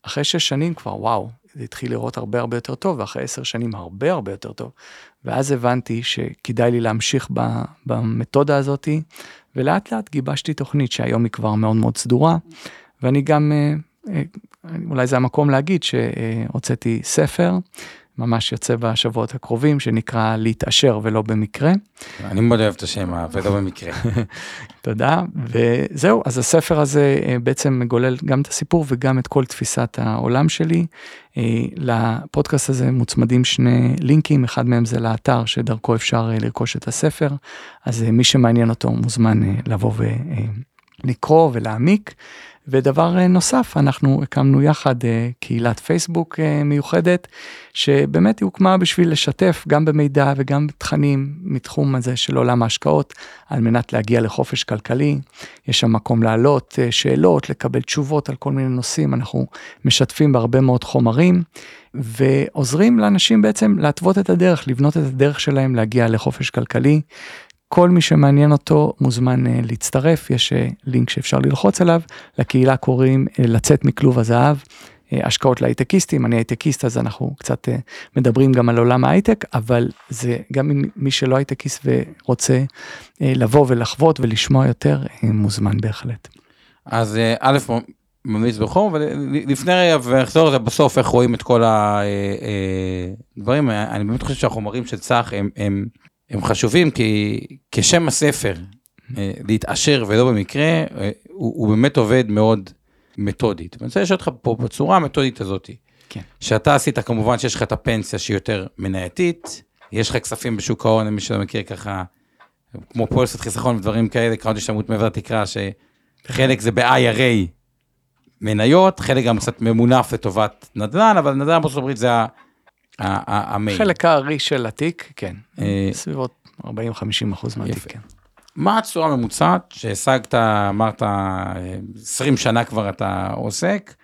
אחרי שש שנים כבר, וואו, זה התחיל לראות הרבה הרבה יותר טוב, ואחרי עשר שנים הרבה הרבה יותר טוב. ואז הבנתי שכדאי לי להמשיך במתודה הזאת, ולאט לאט גיבשתי תוכנית שהיום היא כבר מאוד מאוד סדורה, ואני גם, אולי זה המקום להגיד שהוצאתי ספר, ממש יוצא בשבועות הקרובים, שנקרא להתעשר ולא במקרה. אני מאוד אוהב את השם, ולא במקרה. תודה, וזהו, אז הספר הזה בעצם מגולל גם את הסיפור, וגם את כל תפיסת העולם שלי. לפודקאסט הזה מוצמדים שני לינקים, אחד מהם זה לאתר, שדרכו אפשר לרכוש את הספר, אז מי שמעניין אותו מוזמן לבוא ולקרוא ולהעמיק. ודבר נוסף, אנחנו הקמנו יחד קהילת פייסבוק מיוחדת, שבאמת היא הוקמה בשביל לשתף גם במידע וגם בתכנים מתחום הזה של עולם ההשקעות, על מנת להגיע לחופש כלכלי. יש שם מקום לעלות שאלות, לקבל תשובות על כל מיני נושאים, אנחנו משתפים בהרבה מאוד חומרים, ועוזרים לאנשים בעצם להתוות את הדרך, לבנות את הדרך שלהם להגיע לחופש כלכלי. כל מי שמעניין אותו מוזמן uh, להצטרף, יש uh, לינק שאפשר ללחוץ עליו, לקהילה קוראים uh, לצאת מכלוב הזהב, uh, השקעות להייטקיסטים, אני הייטקיסט אז אנחנו קצת uh, מדברים גם על עולם ההייטק, אבל זה גם מי שלא הייטקיסט ורוצה uh, לבוא ולחוות ולשמוע יותר, uh, מוזמן בהחלט. אז uh, א', ממליץ בחום, אבל לפני רגע ואחזור לזה בסוף, איך רואים את כל הדברים, אני באמת חושב שהחומרים של צח הם... הם הם חשובים כי כשם הספר, להתעשר ולא במקרה, הוא, הוא באמת עובד מאוד מתודית. ואני רוצה לשאול אותך פה בצורה המתודית הזאת, כן. שאתה עשית כמובן שיש לך את הפנסיה שהיא יותר מנייתית, יש לך כספים בשוק ההון, למי שלא מכיר ככה, כמו פוליסת חיסכון ודברים כאלה, קרנות השתלמות מעבר לתקרה, שחלק זה ב-איי אר איי מניות, חלק גם קצת ממונף לטובת נדל"ן, אבל נדל"ן בארצות הברית זה ה... המייל. חלק הארי של התיק, כן, סביבות ארבעים עד חמישים אחוז מהתיק, כן. מה הצורה הממוצעת שהשגת, אמרת, עשרים שנה כבר אתה עוסק,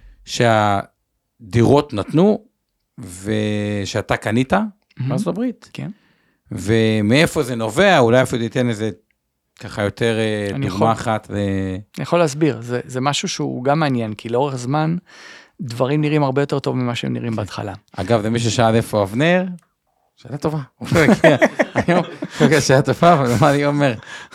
שהדירות נתנו, ושאתה קנית בארצות הברית? כן. ומאיפה זה נובע, אולי אפילו תיתן איזה, ככה יותר דוגמה אחת. אני יכול להסביר, זה משהו שהוא גם מעניין, כי לאורך זמן, דברים נראים הרבה יותר טוב ממה שהם נראים בהתחלה. אגב, זה מי ששאל איפה אבנר, שאלה טובה. היום, שאלה טובה, אבל מה אני אומר,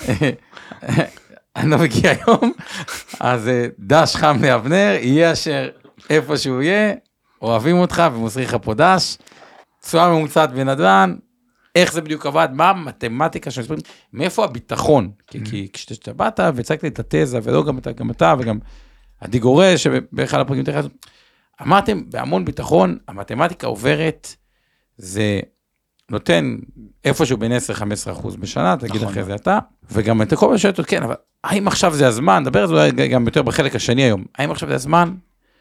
אני לא מגיע היום, אז דש חם לאבנר, יהיה אשר איפה שהוא יהיה, אוהבים אותך ומוסרים לך פה דש, תשואה ממוצעת בנדל"ן, איך זה בדיוק עבד, מה המתמטיקה של מספרים, מאיפה הביטחון, כי כשאתה באת והצגת לי את התזה, ולא גם אתה וגם עדי גורש, שבאחד הפרקים יותר חזו, אמרתם, בהמון ביטחון, המתמטיקה עוברת, זה נותן איפשהו בין עשר עד חמש עשרה אחוז בשנה, תגיד נכון. אחרי זה אתה, וגם את הכל בשאלת עוד, כן, אבל האם עכשיו זה הזמן, נדבר על זה גם יותר בחלק השני היום, האם עכשיו זה הזמן,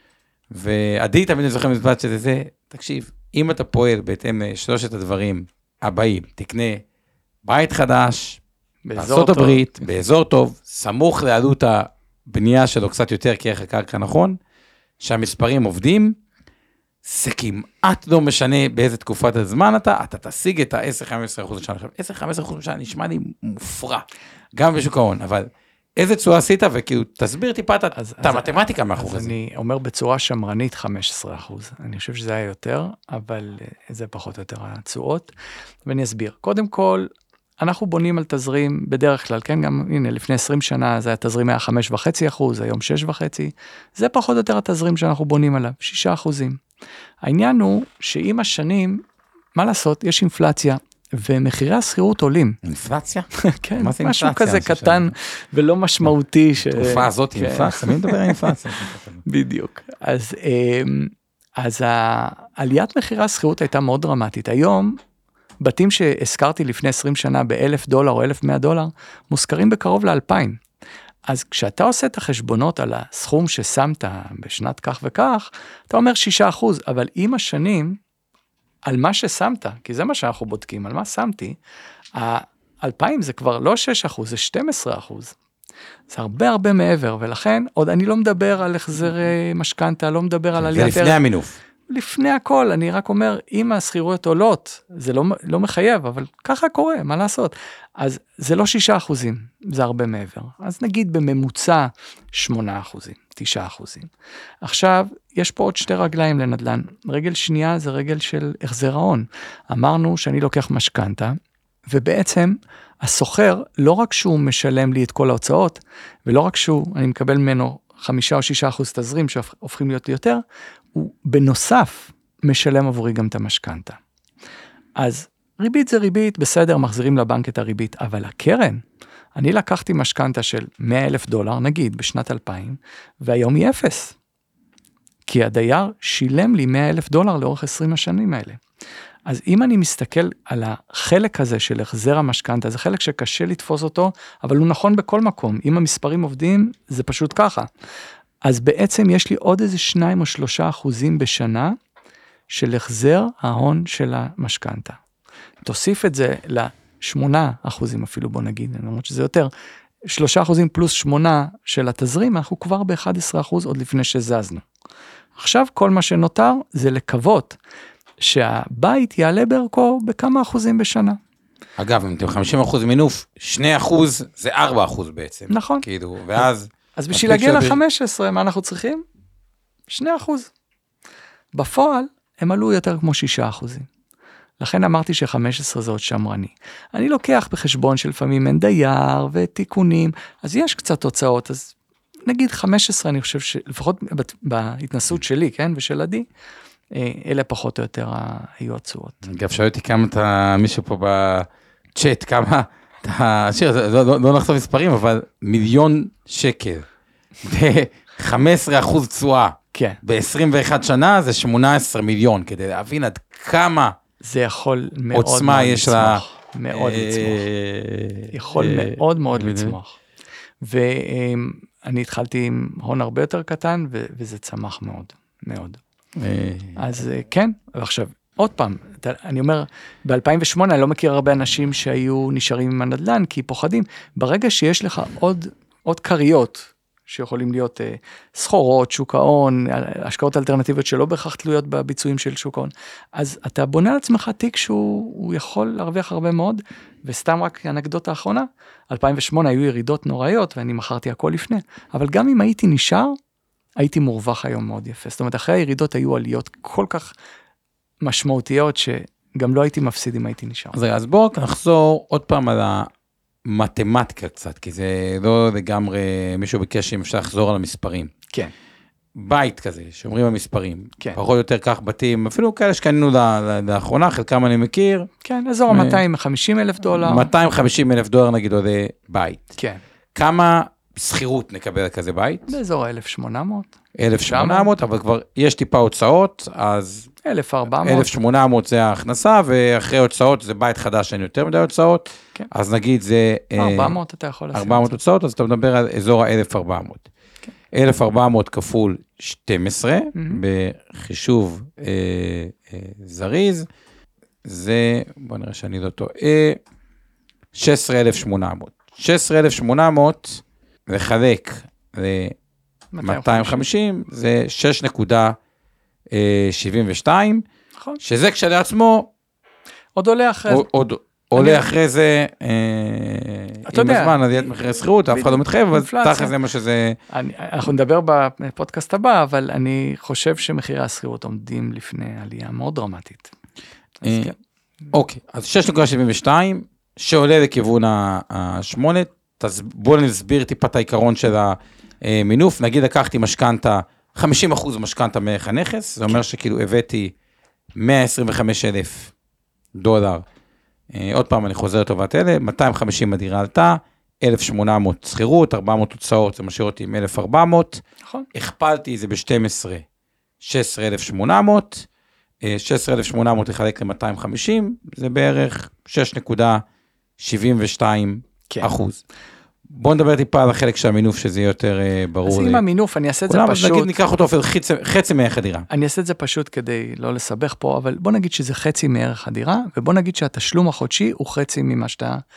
ועדי תמיד זוכר מזבט שזה זה, תקשיב, אם אתה פועל בהתאם לשלושת הדברים הבאים, תקנה בית חדש, בארצות הברית, באזור טוב, סמוך לעלות הבנייה שלו קצת יותר כערך הקרקע נכון, שהמספרים עובדים, זה כמעט לא משנה באיזה תקופת הזמן אתה, אתה תשיג את ה-עשר עד חמש עשרה אחוז בשנה. עכשיו, עשר עד חמש עשרה אחוז בשנה נשמע לי מופרע, גם בשוק ההון, אבל איזה צורה עשית, וכאילו תסביר טיפה את המתמטיקה מאחורי זה. אז אני אומר בצורה שמרנית חמש עשרה אחוז, אני חושב שזה היה יותר, אבל זה פחות או יותר הצורות, ואני אסביר. קודם כל, אנחנו בונים על תזרים בדרך כלל, כן, גם, הנה, לפני עשרים שנה, זה היה תזרים היה חמש וחצי אחוז, היום שש וחצי, זה פחות או יותר התזרים שאנחנו בונים עליו, שישה אחוזים. העניין הוא שעם השנים, מה לעשות, יש אינפלציה, ומחירי השכירות עולים. אינפלציה? כן, משהו כזה קטן ולא משמעותי. תקופה הזאת אינפלציה, מי מדבר על אינפלציה? בדיוק. אז, אז העליית מחירי השכירות הייתה מאוד דרמטית. היום, בתים שהזכרתי לפני עשרים שנה באלף דולר או אלף מאה דולר, מושכרים בקרוב לאלפיים. אז כשאתה עושה את החשבונות על הסכום ששמת בשנת כך וכך, אתה אומר שישה אחוז, אבל עם השנים, על מה ששמת, כי זה מה שאנחנו בודקים, על מה שמתי, ה-אלפיים זה כבר לא שש אחוז, זה שנים עשר אחוז. זה הרבה הרבה מעבר, ולכן עוד אני לא מדבר על החזר משכנתה, לא מדבר על עליית... זה לפני המינוף. לפני הכל, אני רק אומר, אם הסחירויות עולות, זה לא, לא מחייב, אבל ככה קורה, מה לעשות? אז זה לא שישה אחוזים, זה הרבה מעבר. אז נגיד בממוצע שמונה אחוזים, תשעה אחוזים. עכשיו, יש פה עוד שתי רגליים לנדל"ן. רגל שנייה זה רגל של החזר ההון. אמרנו שאני לוקח משכנתה, ובעצם הסוחר, לא רק שהוא משלם לי את כל ההוצאות, ולא רק שהוא, אני מקבל ממנו חמישה או שישה אחוז תזרים שהופכים להיות יותר, הוא בנוסף משלם עבורי גם את המשכנתה. אז ריבית זה ריבית, בסדר, מחזירים לבנק את הריבית, אבל הקרן, אני לקחתי משכנתה של מאה אלף דולר, נגיד, בשנת אלפיים, והיום היא אפס. כי הדייר שילם לי מאה אלף דולר לאורך עשרים השנים האלה. אז אם אני מסתכל על החלק הזה של החזר המשכנתה, זה חלק שקשה לתפוס אותו, אבל הוא נכון בכל מקום. אם המספרים עובדים, זה פשוט ככה. אז בעצם יש לי עוד איזה שניים או שלושה אחוזים בשנה, של החזר ההון של המשכנתה. תוסיף את זה לשמונה אחוזים אפילו, בוא נגיד, למרות שזה יותר, שלושה אחוזים פלוס שמונה של התזרים, אנחנו כבר ב-אחד עשר אחוז עוד לפני שזזנו. עכשיו כל מה שנותר זה לקוות, שהבית יעלה בערכו בכמה אחוזים בשנה. אגב, אם אתם חמישים אחוז מינוף, שני אחוז זה ארבע אחוז בעצם. נכון. כאילו, ואז... אז בשביל להגיע ל-חמש עשרה, מה אנחנו צריכים? שני אחוז. בפועל, הם עלו יותר כמו שישה אחוזים. לכן אמרתי ש-חמש עשרה זה עוד שמרני. אני לוקח בחשבון שלפעמים אין דייר ותיקונים, אז יש קצת הוצאות, אז נגיד חמש עשרה, אני חושב שלפחות בהתנסות שלי, כן, ושל עדי, אלה פחות או יותר היו הצועות. אגב, שאלו אותי כמה אתה, מישהו פה בצ'אט, כמה, אתה, שיר, לא נחשוף מספרים, אבל מיליון שקל, ב-חמישה עשר אחוז תשואה, כן. ב-עשרים ואחת שנה זה שמונה עשרה מיליון, כדי להבין עד כמה זה יכול מאוד עוצמה מאוד יש לה, מאוד לצמוח. יכול מאוד מאוד לצמוח. ואני התחלתי עם הון הרבה יותר קטן, וזה צמח מאוד, מאוד. אז כן, ועכשיו, עוד פעם, אני אומר, ב-אלפיים ושמונה אני לא מכיר הרבה אנשים שהיו נשארים עם הנדל"ן, כי פוחדים, ברגע שיש לך עוד, עוד קריות, שיכולים להיות uh, סחורות, שוק ההון, השקעות אלטרנטיביות שלא בהכרח תלויות בביצועים של שוק ההון, אז אתה בונה על עצמך תיק שהוא יכול להרוויח הרבה מאוד, וסתם רק אנקדוטה האחרונה, אלפיים ושמונה היו ירידות נוראיות, ואני מכרתי הכל לפני, אבל גם אם הייתי נשאר, הייתי מורווח היום מאוד יפה. זאת אומרת, אחרי הירידות היו עליות כל כך משמעותיות, שגם לא הייתי מפסיד אם הייתי נשאר. אז, אז בואו נחזור עוד פעם על המתמטיקה קצת, כי זה לא לגמרי, מישהו ביקש אם אפשר לחזור על המספרים. כן. בית כזה, שאומרים המספרים. כן. פחות או יותר כך בתים, אפילו כאלה שקנינו לאחרונה, חלקם אני מכיר. כן, אזור מאתיים וחמישים אלף דולר. מאתיים וחמישים אלף דולר נגיד עוד בית. כן. כמה שכירות נקבל כזה בית? באזור אלף ושמונה מאות. אלף ושמונה מאות, אבל כבר יש טיפה הוצאות, אז... אלף וארבע מאות. אלף ושמונה מאות זה ההכנסה, ואחרי הוצאות זה בית חדש, אין יותר מדי הוצאות, כן. אז נגיד זה... ארבע מאות אתה יכול לשים. ארבע מאות הוצאות, אז אתה מדבר על אזור ה-אלף וארבע מאות. כן. אלף וארבע מאות כפול שתים עשרה, mm-hmm. בחישוב אה, אה, זריז, זה, בוא נראה שאני לא טועה, שש עשרה אלף ושמונה מאות. שש עשרה אלף ושמונה מאות לחלק ל-מאתיים וחמישים, זה שש נקודה שבעים ושתיים, נכון. שזה כשלעצמו, עוד עולה אחרי זה. עוד עולה אחרי זה, עם הזמן, עליית מחירי שכירות, אף אחד לא מתחייב, אבל תכף זה מה שזה... אנחנו נדבר בפודקאסט הבא, אבל אני חושב שמחירי השכירות עומדים לפני עלייה מאוד דרמטית. אוקיי, אז שש נקודה שבעים ושתיים, שעולה לכיוון ה-שמונה, בואו נסביר טיפה את העיקרון של המינוף, נגיד לקחתי משכנתה, חמישים אחוז משכנתה מערך הנכס, זה אומר שכאילו הבאתי מאה עשרים וחמישה אלף דולר, עוד פעם אני חוזר לטובת אלה, מאתיים וחמישים הדירה עלתה, אלף ושמונה מאות שכירות, ארבע מאות הוצאות, זה משאיר אותי עם אלף וארבע מאות, נכון. הכפלתי זה ב-שתים עשרה, שש עשרה אלף ושמונה מאות, שש עשרה אלף ושמונה מאות לחלק ל-מאתיים וחמישים, זה בערך שש נקודה שבעים ושתיים אחוז. בואו נדבר טיפה על החלק של המינוף, שזה יהיה יותר ברור. אז עם המינוף, אני אעשה את זה פשוט. נגיד ניקח אותו חצי מערך הדירה. אני אעשה את זה פשוט כדי לא לסבך פה, אבל בוא נגיד שזה חצי מערך הדירה, ובוא נגיד שהתשלום החודשי הוא חצי ממה שאתה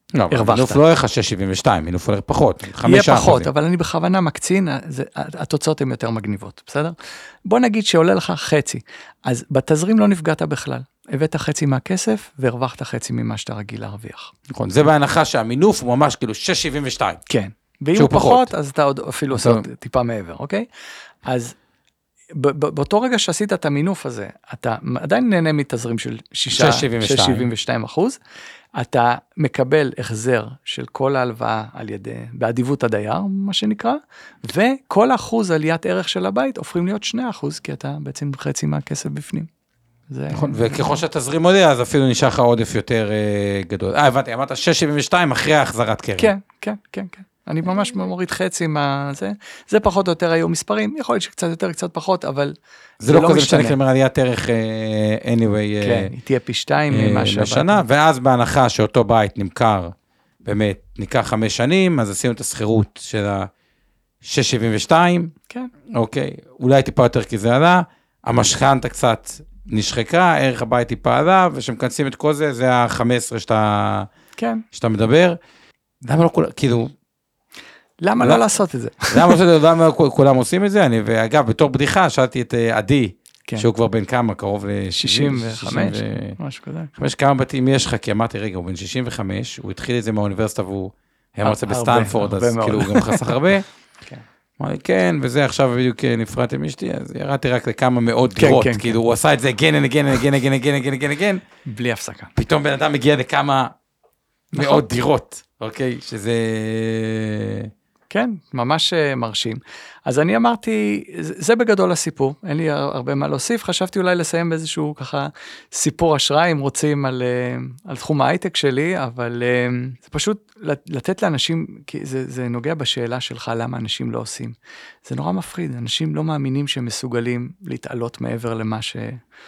לא, הרווחת. מינוף לא הולך שש שבעים ושתיים, מינוף הולך פחות, יהיה פחות, אבל אני בכוונה מקצין, זה, התוצאות הן יותר מגניבות, בסדר? בוא נגיד שעולה לך חצי, אז בתזרים לא נפגעת בכלל, הבאת חצי מהכסף, והרווחת חצי ממה שאתה רגיל להרוויח. נכון, זה בהנחה שהמינוף הוא ממש כאילו שש שבעים ושתיים. כן, ואם הוא פחות, אז אתה עוד אפילו עושה טיפה מעבר, אוקיי? אז באותו רגע שעשית את המינוף הזה, אתה עדיין נהנה מתזרים של שש שבעים ושתיים אחוז, אתה מקבל החזר של כל ההלוואה על ידי, באדיבות הדייר, מה שנקרא, וכל אחוז עליית ערך של הבית הופכים להיות שני אחוז, כי אתה בעצם חצי מהכסף בפנים. נכון, וככל שהתזרים עולה, אז אפילו נשאר לך עודף יותר גדול. אה, הבנתי, אמרת שש שבעים ושתיים אחרי ההחזרת קרן. כן, כן, כן, כן. אני ממש מוריד חצי מה זה, זה פחות או יותר היו מספרים, יכול להיות שקצת יותר, קצת פחות, אבל זה לא כזה משנה, כלומר עליית ערך anyway. כן, היא תהיה פי שתיים ממה שנה, ואז בהנחה שאותו בית נמכר, באמת, ניקח חמש שנים, אז עשינו את הסחירות של ה-שש שבעים ושתיים, כן. אוקיי, אולי טיפה יותר כי זה עלה, המשכנתה קצת נשחקה, ערך הבית טיפה עלה, ושמכנסים את כל זה, זה ה-חמש עשרה שאתה, כן. שאתה מדבר, למה לא כולם, כאילו, למה לא לעשות את זה? למה כולם עושים את זה? אני, ואגב, בתור בדיחה, שאלתי את עדי, שהוא כבר בן כמה, קרוב ל-שישים וחמש, משהו כזה. חמש, כמה בתים יש לך? כי אמרתי, רגע, הוא בן שישים וחמש, הוא התחיל את זה מהאוניברסיטה, והוא היה מרצה בסטנפורד, אז כאילו הוא גם חסך הרבה. אמר לי, כן, וזה עכשיו בדיוק נפרדתי עם אשתי, אז ירדתי רק לכמה מאות דירות, כאילו הוא עשה את זה again and again and again and again and again and again. בלי הפסקה. פתאום בן אדם מגיע לכמה מאות דירות, אוקיי? שזה... כן, ממש מרשים. אז אני אמרתי, זה בגדול הסיפור, אין לי הרבה מה להוסיף, חשבתי אולי לסיים באיזשהו ככה סיפור אשראי, אם רוצים על, על תחום ההייטק שלי, אבל זה פשוט לתת לאנשים, כי זה, זה נוגע בשאלה שלך, למה אנשים לא עושים. זה נורא מפחיד, אנשים לא מאמינים שהם מסוגלים להתעלות מעבר למה ש...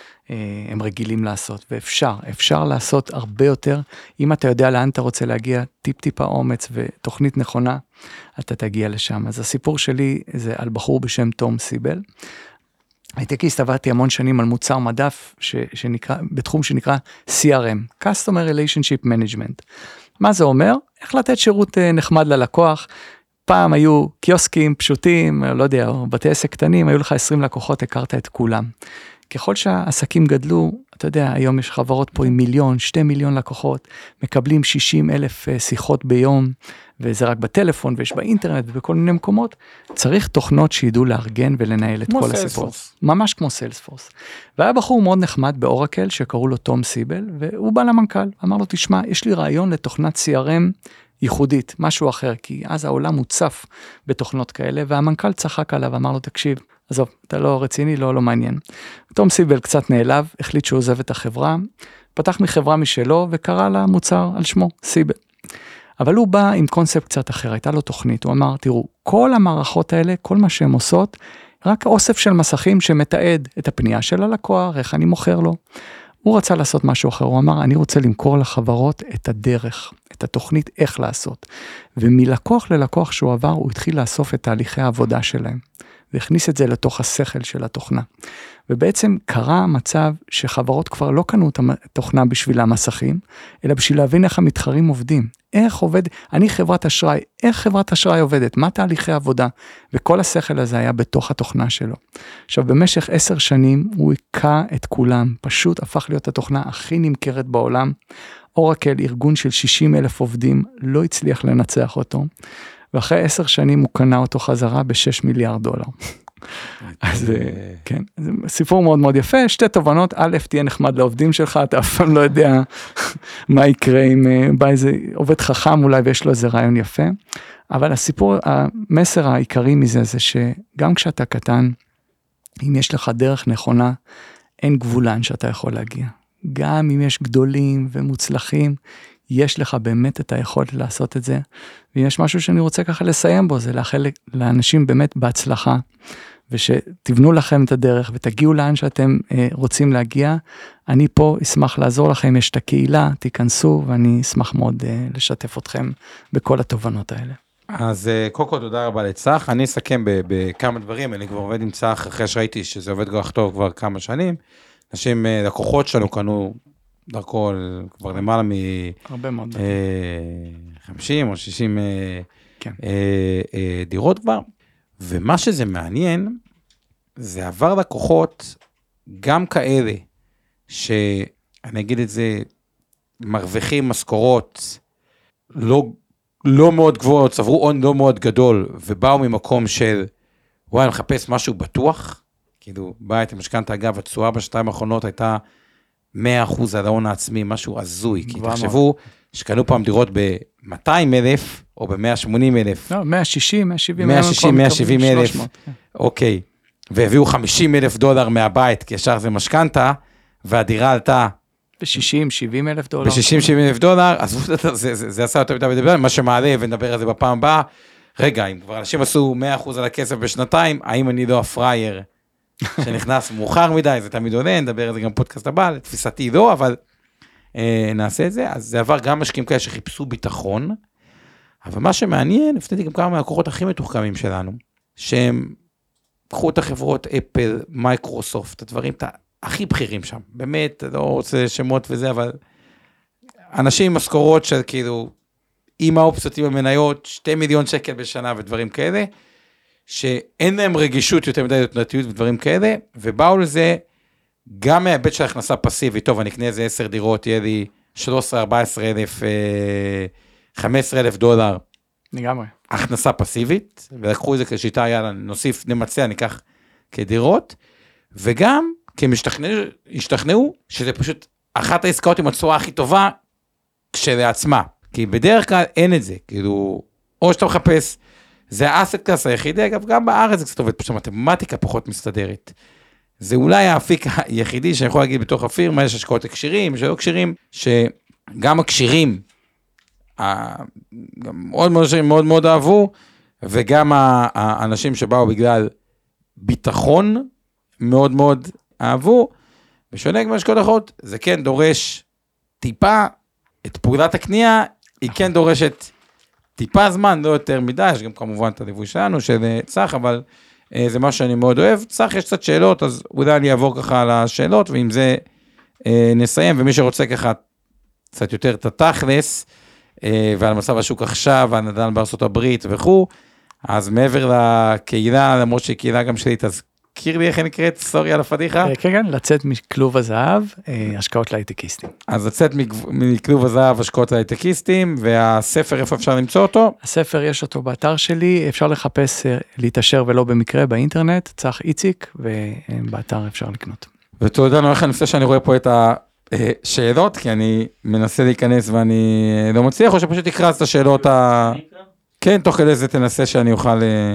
הם רגילים לעשות, ואפשר, אפשר לעשות הרבה יותר, אם אתה יודע לאן אתה רוצה להגיע, טיפ טיפה אומץ ותוכנית נכונה, אתה תגיע לשם. אז הסיפור שלי זה על בחור בשם תום סיבל, הייטקיסט, עבדתי המון שנים על מוצר מדף, ש, שנקרא, בתחום שנקרא סי אר אם, Customer Relationship Management. מה זה אומר? איך לתת שירות נחמד ללקוח, פעם היו קיוסקים פשוטים, לא יודע, או בתי עסק קטנים, היו לך עשרים לקוחות, הכרת את כולם. ככל שהעסקים גדלו, אתה יודע, היום יש חברות פה עם מיליון, שתי מיליון לקוחות, מקבלים שישים אלף שיחות ביום, וזה רק בטלפון, ויש באינטרנט ובכל מיני מקומות, צריך תוכנות שידעו לארגן ולנהל את כל הסיפור. ממש כמו סיילספורס. והיה בחור מאוד נחמד באורקל, שקראו לו תום סיבל, והוא בא למנכ"ל, אמר לו, תשמע, יש לי רעיון לתוכנת סי אר אם ייחודית, משהו אחר, כי אז העולם מוצף בתוכנות כאלה, והמנכ"ל צחק עליו, אמר לו, תקשיב, עזוב, אתה לא רציני, לא, לא מעניין. תום סיבל קצת נעלב, החליט שהוא עוזב את החברה, פתח מחברה משלו, וקרא לה מוצר על שמו, סיבל. אבל הוא בא עם קונספט קצת אחר, הייתה לו תוכנית, הוא אמר, תראו, כל המערכות האלה, כל מה שהן עושות, רק אוסף של מסכים שמתעד את הפנייה של הלקוח, איך אני מוכר לו. הוא רצה לעשות משהו אחר, הוא אמר, אני רוצה למכור לחברות את הדרך, את התוכנית איך לעשות. ומלקוח ללקוח שהוא עבר, הוא התחיל לאסוף את תהליכי העבודה שלהם. והכניס את זה לתוך השכל של התוכנה. ובעצם קרה מצב שחברות כבר לא קנו את התוכנה בשביל המסכים, אלא בשביל להבין איך המתחרים עובדים. איך עובד, אני חברת אשראי, איך חברת אשראי עובדת, מה תהליכי עבודה, וכל השכל הזה היה בתוך התוכנה שלו. עכשיו, במשך עשר שנים הוא היקע את כולם, פשוט הפך להיות התוכנה הכי נמכרת בעולם. אורקל, ארגון של שישים אלף עובדים, לא הצליח לנצח אותו, ואחרי עשר שנים הוא קנה אותו חזרה בשש מיליארד דולר. אז כן, זה סיפור מאוד מאוד יפה, שתי תובנות, א', תהיה נחמד לעובדים שלך, אתה אף פעם לא יודע מה יקרה אם בא איזה עובד חכם אולי ויש לו איזה רעיון יפה, אבל הסיפור, המסר העיקרי מזה זה שגם כשאתה קטן, אם יש לך דרך נכונה, אין גבולן שאתה יכול להגיע. גם אם יש גדולים ומוצלחים, יש לך באמת את היכולת לעשות את זה, ויש משהו שאני רוצה ככה לסיים בו, זה לאחל לאנשים באמת בהצלחה, ושתבנו לכם את הדרך, ותגיעו לאן שאתם אה, רוצים להגיע, אני פה אשמח לעזור לכם, יש את הקהילה, תיכנסו, ואני אשמח מאוד אה, לשתף אתכם בכל התובנות האלה. אז קוקו, תודה רבה לצח, אני אסכם בכמה דברים, אני כבר עובד עם צח, אחרי שראיתי שזה עובד כל כך טוב כבר כמה שנים, אנשים, לקוחות שלנו קנו דרכו כבר למעלה מ... הרבה מאוד. חמישים או שישים כן. דירות כבר, ומה שזה מעניין, זה עבר לקוחות גם כאלה, שאני אגיד את זה, מרוויחים משכורות לא, לא מאוד גבוהות, צברו הון לא מאוד גדול, ובאו ממקום של, וואי, אני מחפש משהו בטוח, כאילו, בית המשכנתא, אגב, התשואה בשנתיים האחרונות הייתה מאה אחוז על ההון העצמי, משהו הזוי, כי תחשבו, שקנו פעם דירות ב-מאתיים אלף, או ב-מאה ושמונים אלף. לא, מאה ושישים, מאה ושבעים. מאה ושישים, מאה ושבעים אלף. אוקיי. והביאו חמישים אלף דולר מהבית, כי ישר זה משכנתא, והדירה עלתה... ב-שישים, שבעים אלף דולר. ב-שישים, שבעים אלף דולר, אז זה, זה, זה עשה יותר מדי לדבר, מה שמעלה, ונדבר על זה בפעם הבאה. רגע, אם כבר אנשים עשו מאה אחוז על הכסף בשנתיים, האם אני לא הפרייר שנכנס מאוחר מדי, זה תמיד עולה, נדבר על זה גם פודקאסט הבא, לתפיסתי לא, אבל אה, נעשה את זה. אז זה עבר גם משקיעים כאלה שחיפשו ביטחון, אבל מה שמעניין, הפתעתי גם כמה מהלקוחות הכי מתוחכמים שלנו, שהם קחו את החברות אפל, מייקרוסופט, הדברים הכי בכירים שם, באמת, לא רוצה שמות וזה, אבל אנשים עם משכורות של כאילו, עם האופציות עם המניות, שתי מיליון שקל בשנה ודברים כאלה, שאין להם רגישות יותר מדי לתנועתיות ודברים כאלה, ובאו לזה גם מההיבט של הכנסה פסיבית, טוב, אני אקנה איזה עשר דירות, יהיה לי שלוש עשרה ארבע עשרה אלף, חמישה עשר אלף דולר, לגמרי. הכנסה פסיבית, ולקחו את זה כשיטה, יאללה, נוסיף, נמצא, ניקח כדירות, וגם, כי הם השתכנעו, שזה פשוט אחת העסקאות עם התשואה הכי טובה, כשלעצמה, כי בדרך כלל אין את זה, כאילו, או שאתה מחפש, זה האסט קלאס היחידי, אגב, גם בארץ זה קצת עובד, פשוט מתמטיקה פחות מסתדרת. זה אולי האפיק היחידי שאני יכול להגיד בתוך הפירמה, יש השקעות הקשירים, יש לא קשירים, שגם הקשירים, מאוד מאוד מאוד מאוד אהבו, וגם האנשים שבאו בגלל ביטחון, מאוד מאוד אהבו, ושונה כמו השקעות אחרות, זה כן דורש טיפה, את פעולת הקנייה, היא כן דורשת טיפה זמן, לא יותר מדי, יש גם כמובן את הליווי שלנו, של צח, אבל אה, זה מה שאני מאוד אוהב. צח, יש קצת שאלות, אז אולי אני אעבור ככה על השאלות, ועם זה אה, נסיים, ומי שרוצה ככה קצת יותר את התכלס, אה, ועל מצב השוק עכשיו, והנדל"ן בארצות הברית וכו', אז מעבר לקהילה, למרות שהיא קהילה גם שלי, תזכיר לי איך היא נקראת, סורי על הפדיחה. כן, כן, לצאת מכלוב הזהב, השקעות להייטקיסטים. אז לצאת מכלוב הזהב, השקעות להייטקיסטים, והספר, איפה אפשר למצוא אותו? הספר יש אותו באתר שלי, אפשר לחפש, להתאשר ולא במקרה באינטרנט, צח איציק, ובאתר אפשר לקנות. ותודה, נורך, אני חושב שאני רואה פה את השאלות, כי אני מנסה להיכנס ואני לא מצליח, או שפשוט תקרא את השאלות ה... כן, תוך כדי זה תנסה שאני אוכל...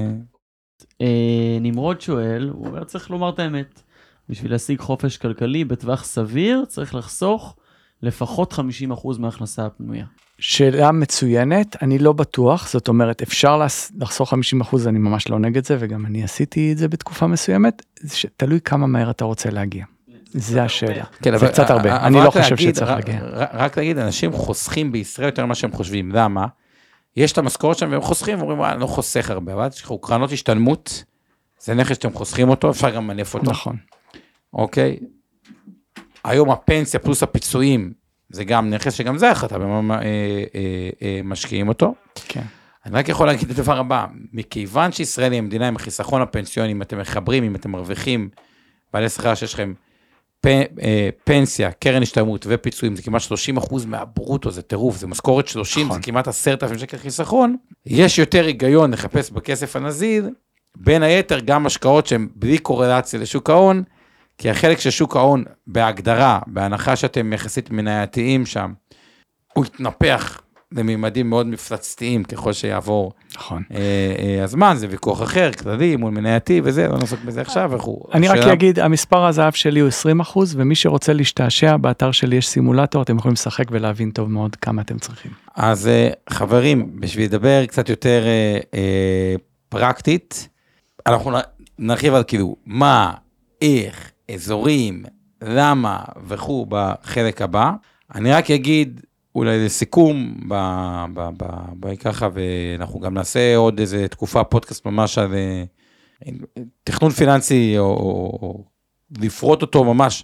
נמרוד שואל, הוא אומר, צריך לומר את האמת, בשביל להשיג חופש כלכלי בטווח סביר, צריך לחסוך לפחות חמישים אחוז מההכנסה הפנויה. שאלה מצוינת, אני לא בטוח, זאת אומרת, אפשר לחסוך חמישים אחוז, אני ממש לא נגד זה, וגם אני עשיתי את זה בתקופה מסוימת, תלוי כמה מהר אתה רוצה להגיע. זה השאלה. זה קצת הרבה, אני לא חושב שצריך להגיע. רק להגיד, אנשים חוסכים בישראל יותר ממה שהם חושבים, למה? יש את המשכורת שם, והם חוסכים, ואומרים, אני לא חוסך הרבה, אבל יש קרנות השתלמות, זה נכס שאתם חוסכים אותו, אפשר גם מנף אותו. נכון. אוקיי? היום הפנסיה פלוס הפיצויים, זה גם נכס שגם זה אחת, אבל משקיעים אותו. כן. אני רק יכול להגיד את הדבר הבא, מכיוון שישראל היא המדינה עם החיסכון הפנסיוני, אם אתם מחברים, אם אתם מרוויחים, בעלי שכר שיש לכם פנסיה, קרן השתלמות ופיצויים, זה כמעט שלושים אחוז מהברוטו, זה טירוף, זה משכורת שלושים, זה כמעט עשרת אלפים שקל חיסכון, יש יותר היגיון לחפש בכסף הנזיל, בין היתר גם השקעות שהן בלי קורלציה לשוק ההון, כי החלק של שוק ההון בהגדרה, בהנחה שאתם יחסית מנייתיים שם, הוא יתנפח לממדים מאוד מפלצתיים ככל שיעבור נכון. אה, אה, הזמן, זה ויכוח אחר, כללי, מול מנייתי וזה, לא נעסוק בזה עכשיו. אני רק אגיד, המספר הזהב שלי הוא עשרים אחוז, ומי שרוצה להשתעשע, באתר שלי יש סימולטור, אתם יכולים לשחק ולהבין טוב מאוד כמה אתם צריכים. אז אה, חברים, בשביל לדבר קצת יותר אה, אה, פרקטית, אנחנו נרחיב על כאילו, מה, איך, אזורים, למה וכו' בחלק הבא. אני רק אגיד, אולי לסיכום, ככה, ואנחנו גם נעשה עוד איזה תקופה פודקאסט ממש על תכנון פיננסי, או לפרוט אותו ממש,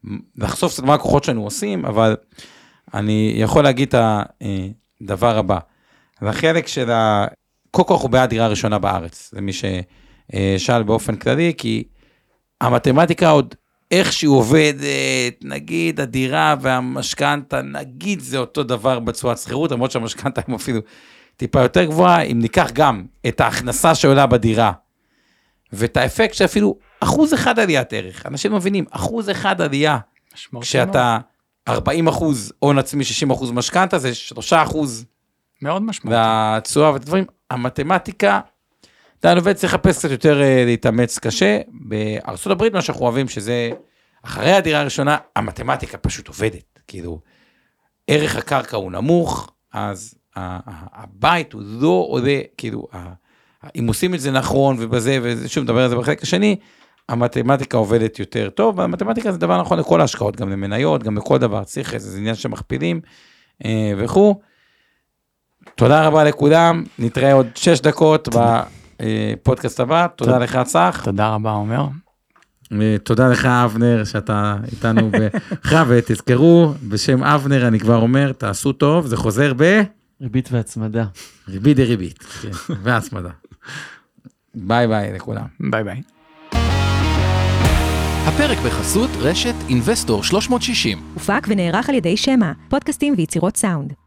לחשוף קצת מה הכוחות שאנו עושים, אבל אני יכול להגיד את הדבר הבא. אז החלק של ה... קודם כל אנחנו בעד דירה ראשונה בארץ, זה מי ששאל באופן כללי, כי המתמטיקה עוד איכשהו עובדת, נגיד הדירה והמשכנתה, נגיד זה אותו דבר בצורת שכירות, למרות שהמשכנתה הם אפילו טיפה יותר גבוהה, אם ניקח גם את ההכנסה שעולה בדירה, ואת האפקט שאפילו אחוז אחד עליית ערך, אנשים מבינים, אחוז אחד עלייה, כשאתה ארבעים אחוז הון עצמי, שישים אחוז משכנתה, זה שלושה אחוז. מאוד משמעותי. והתשואה והדברים, המתמטיקה, דן עובד צריך לחפש קצת יותר להתאמץ קשה, בארצות הברית מה שאנחנו אוהבים, שזה אחרי הדירה הראשונה, המתמטיקה פשוט עובדת, כאילו, ערך הקרקע הוא נמוך, אז הבית הוא לא עולה, כאילו, אם עושים את זה נכון ובזה, ושוב מדבר על זה בחלק השני, המתמטיקה עובדת יותר טוב, והמתמטיקה זה דבר נכון לכל ההשקעות, גם למניות, גם לכל דבר, צריך איזה עניין שמכפילים וכו'. תודה רבה לכולם, נתראה עוד שש דקות בפודקאסט הבא, תודה לך צח. תודה רבה עומר. תודה לך אבנר שאתה איתנו בחרה, ותזכרו בשם אבנר אני כבר אומר, תעשו טוב, זה חוזר ב... ריבית והצמדה. ריבית דריבית, והצמדה. ביי ביי לכולם. ביי ביי. הפרק בחסות רשת אינבסטור שלוש מאות שישים. הופק ונערך על ידי שמה, פודקאסטים ויצירות סאונד.